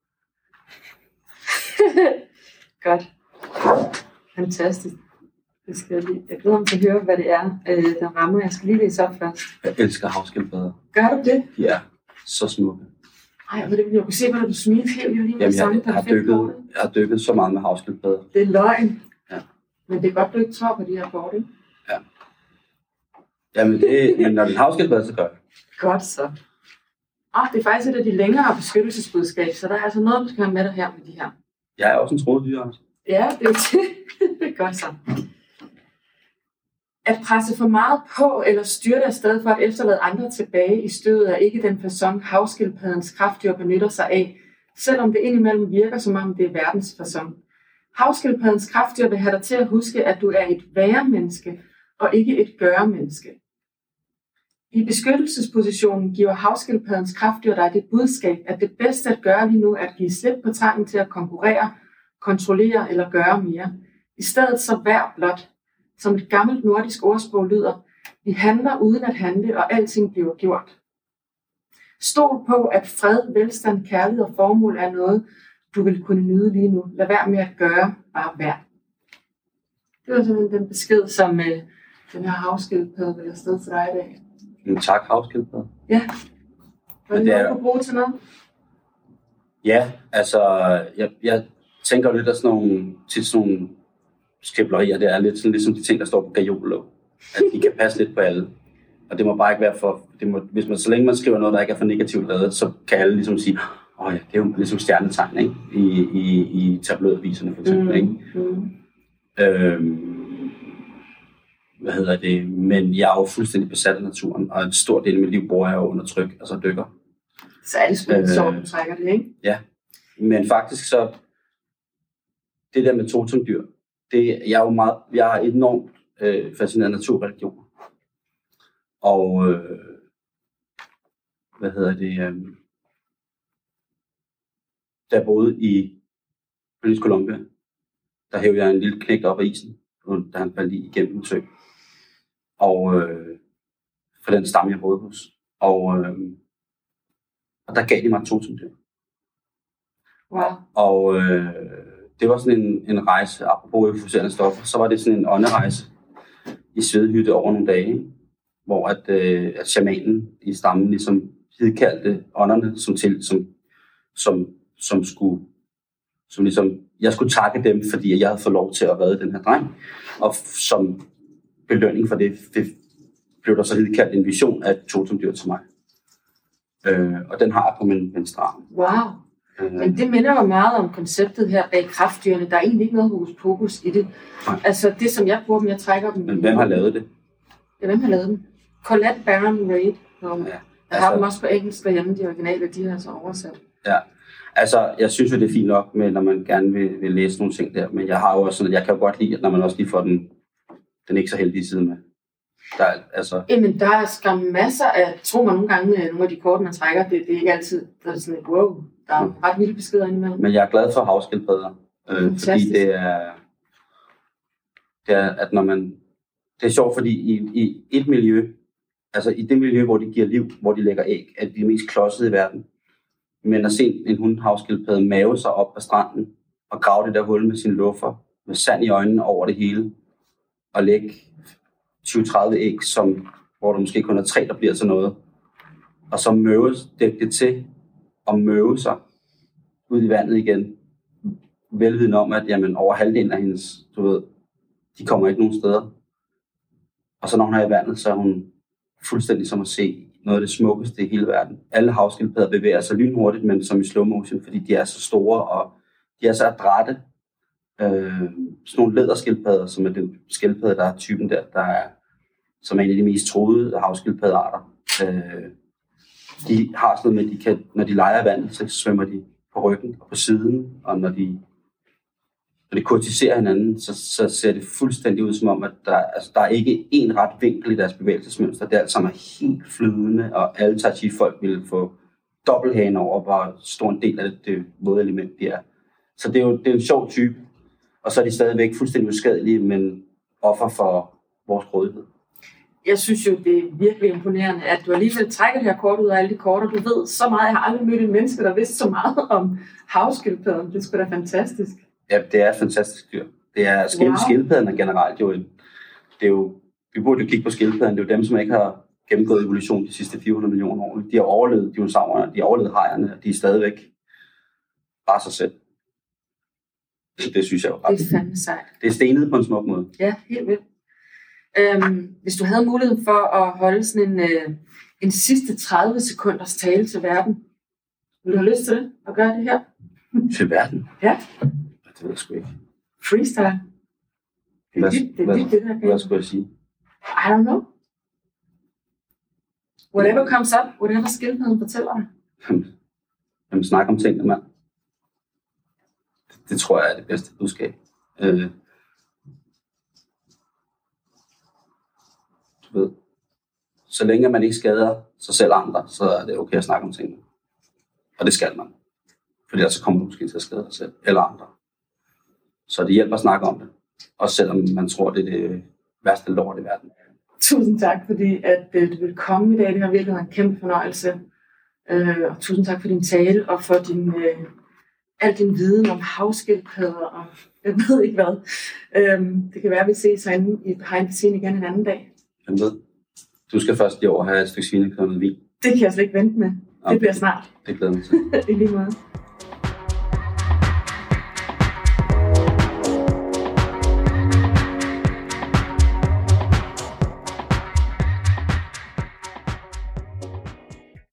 Godt. Fantastisk. Det skal jeg, lige. Jeg glæder mig til at høre, hvad det er, øh, der rammer. Jeg skal lige læse op først. Jeg elsker havskildpadder. Gør du det? Ja, så smukke. Ej, jeg, jeg kunne se, hvordan du smilte helt lige med Jamen, samme. Jeg, jeg, har dykket, jeg har dykket så meget med havskildpadder. Det er løgn. Ja. Men det er godt, du ikke tror på de her kort, ikke? Ja. Jamen, det, men når det er en havskildpadde, så gør jeg. Godt så. Åh, det er faktisk et af de længere beskyttelsesbudskab, så der er altså noget, du skal have med dig her med de her. Jeg er også en troet dyr. Ja, det er det. Det er godt så. At presse for meget på eller styre dig afsted for at efterlade andre tilbage i stødet er ikke den facon, havskildpaddens kraftdyr benytter sig af, selvom det indimellem virker som om det er verdens facon. Havskildpaddens kraftdyr vil have dig til at huske, at du er et være-menneske og ikke et gøre-menneske. I beskyttelsespositionen giver havskildpaddens kraftdyr dig det budskab, at det bedste at gøre lige nu er at give slip på trangen til at konkurrere, kontrollere eller gøre mere. I stedet så vær blot. Som et gammelt nordisk ordsprog lyder, vi handler uden at handle, og alting bliver gjort. Stol på, at fred, velstand, kærlighed og formål er noget, du vil kunne nyde lige nu. Lad være med at gøre, bare vær. Det var simpelthen den besked, som øh, den her havskildpadde vil afsted til dig i dag. En tak, havskildpadde. Ja. Var det, det noget, du kunne bruge til noget? Ja, altså, jeg, jeg tænker lidt af sådan nogle, til sådan nogle skæblerier, det er lidt sådan, ligesom de ting, der står på gajolåg. At de kan passe lidt på alle. Og det må bare ikke være for... Det må, hvis man, så længe man skriver noget, der ikke er for negativt lavet, så kan alle ligesom sige, åh oh ja, det er jo ligesom stjernetegn, ikke? I, i, i tabloidaviserne for eksempel, ikke? Mm. Øhm, hvad hedder det? Men jeg er jo fuldstændig besat af naturen, og en stor del af mit liv bor jeg jo under tryk, altså dykker. Så er det sgu lidt sjovt, du trækker det, ikke? Ja. Men faktisk så... Det der med totemdyr, det, jeg er jo meget, jeg er enormt øh, fascineret af naturreligioner. Og, øh, hvad hedder det, øh, da jeg boede i British Columbia, der hævde jeg en lille knægt op af isen, da han faldt igennem en sø. Og øh, for den stamme, jeg boede hos. Og, øh, og der gav de mig et totemdyr. Wow. Og øh, det var sådan en, en rejse, apropos euforiserende stoffer, så var det sådan en ånderejse i Svedhytte over nogle dage, hvor at, øh, at shamanen i stammen ligesom hidkaldte ånderne, som, til, som, som, som skulle, som ligesom, jeg skulle takke dem, fordi jeg havde fået lov til at redde den her dreng, og som belønning for det, det blev der så hidkaldt en vision af et totemdyr til mig. Øh, og den har jeg på min venstre arm. Wow. Men det minder jo meget om konceptet her bag kraftdyrene. Der er egentlig ikke noget hokus pokus i det. Nej. Altså det, som jeg bruger dem, jeg trækker dem. Men hvem har lavet det? Ja, hvem har lavet dem? Colette Baron Reid. Ja, jeg altså, har dem også på engelsk derhjemme, de originale, de har så oversat. Ja, altså jeg synes jo, det er fint nok, med, når man gerne vil, vil læse nogle ting der. Men jeg har jo også sådan, at jeg kan jo godt lide, at når man også lige får den, den ikke så heldige side med. Der er, altså... Jamen, der er skam masser af, tror man nogle gange, nogle af de kort, man trækker, det, det er ikke altid, der er sådan et wow. Der er mm. ret vilde beskeder indimellem. Men jeg er glad for havskildpadder, øh, fordi det er, det er, at når man, det er sjovt, fordi i, i et miljø, altså i det miljø, hvor de giver liv, hvor de lægger æg, er de mest klodsede i verden. Men at se en hundhavskildpadde mave sig op på stranden, og grave det der hul med sin luffer, med sand i øjnene over det hele, og lægge tyve til tredive æg, som, hvor der måske kun er tre, der bliver til noget, og så møves det, det til, og møve sig ud i vandet igen, velvidende om, at jamen, over halvdelen af hendes, du ved, de kommer ikke nogen steder. Og så når hun er i vandet, så er hun fuldstændig som at se noget af det smukkeste i hele verden. Alle havskildpadder bevæger sig lynhurtigt, men som i slow motion, fordi de er så store, og de er så adrætte. Øh, sådan nogle læderskildpadder, som er den skildpadde, der er typen der, der er, som er en af de mest troede havskildpaddearter. Øh, De har sådan noget med, de kan, når de leger i vandet, så svømmer de på ryggen og på siden, og når de, når de kortiserer hinanden, så, så ser det fuldstændig ud som om, at der, altså, der er ikke én ret vinkel i deres bevægelsesmønster. Det er alt sammen helt flydende, og alle tai chi-folk vil få dobbelthane over, hvor stor en del af det, det våde element de er. Så det er jo det er en sjov type, og så er de stadigvæk fuldstændig uskadelige, men offer for vores grådighed. Jeg synes jo, det er virkelig imponerende, at du alligevel trækker det her kort ud af alle de kort, og du ved så meget. Jeg har aldrig mødt en menneske, der vidste så meget om havskildpadden. Det er sgu da fantastisk. Ja, det er et fantastisk dyr. Det er skil- wow. Skildpadden er generelt jo en, det er jo, vi burde jo kigge på skildpadden. Det er jo dem, som ikke har gennemgået evolution de sidste fire hundrede millioner år. De har overlevet dinosaurerne, de har overlevet hajerne, og de er stadigvæk bare sig selv. Det synes jeg jo ret. Det er fandme sejt. Det er stenet på en smuk måde. Ja, helt vildt. Øhm, hvis du havde muligheden for at holde sådan en, øh, en sidste tredive sekunders tale til verden, ville du have lyst til det, at gøre det her? Til verden? Ja. Det ved jeg sgu ikke. Freestyle. Det er dit, det, er dit, det der. Hvad skulle jeg sige? I don't know. Whatever comes up, whatever skildpadden fortæller dig. Jamen, snak om tingene, mand. Det, det tror jeg er det bedste budskab. Øh, du ved, så længe man ikke skader sig selv andre, så er det okay at snakke om tingene. Og det skal man. Fordi ellers så kommer du måske til at skade dig selv eller andre. Så det hjælper at snakke om det. Også selvom man tror, det er det værste lort i verden. Tusind tak, fordi at, øh, du ville komme i dag. Det har virkelig været en kæmpe fornøjelse. Øh, og tusind tak for din tale og for din, øh, al din viden om havskildpadder og jeg ved ikke hvad. Øh, det kan være, at vi ses herinde i Behind the Scene igen en anden dag. Jeg ved. Du skal først i år have et stykke svinekød med vin. Det kan jeg slet ikke vente med. Okay. Det bliver snart. Det glæder mig til. I lige måde.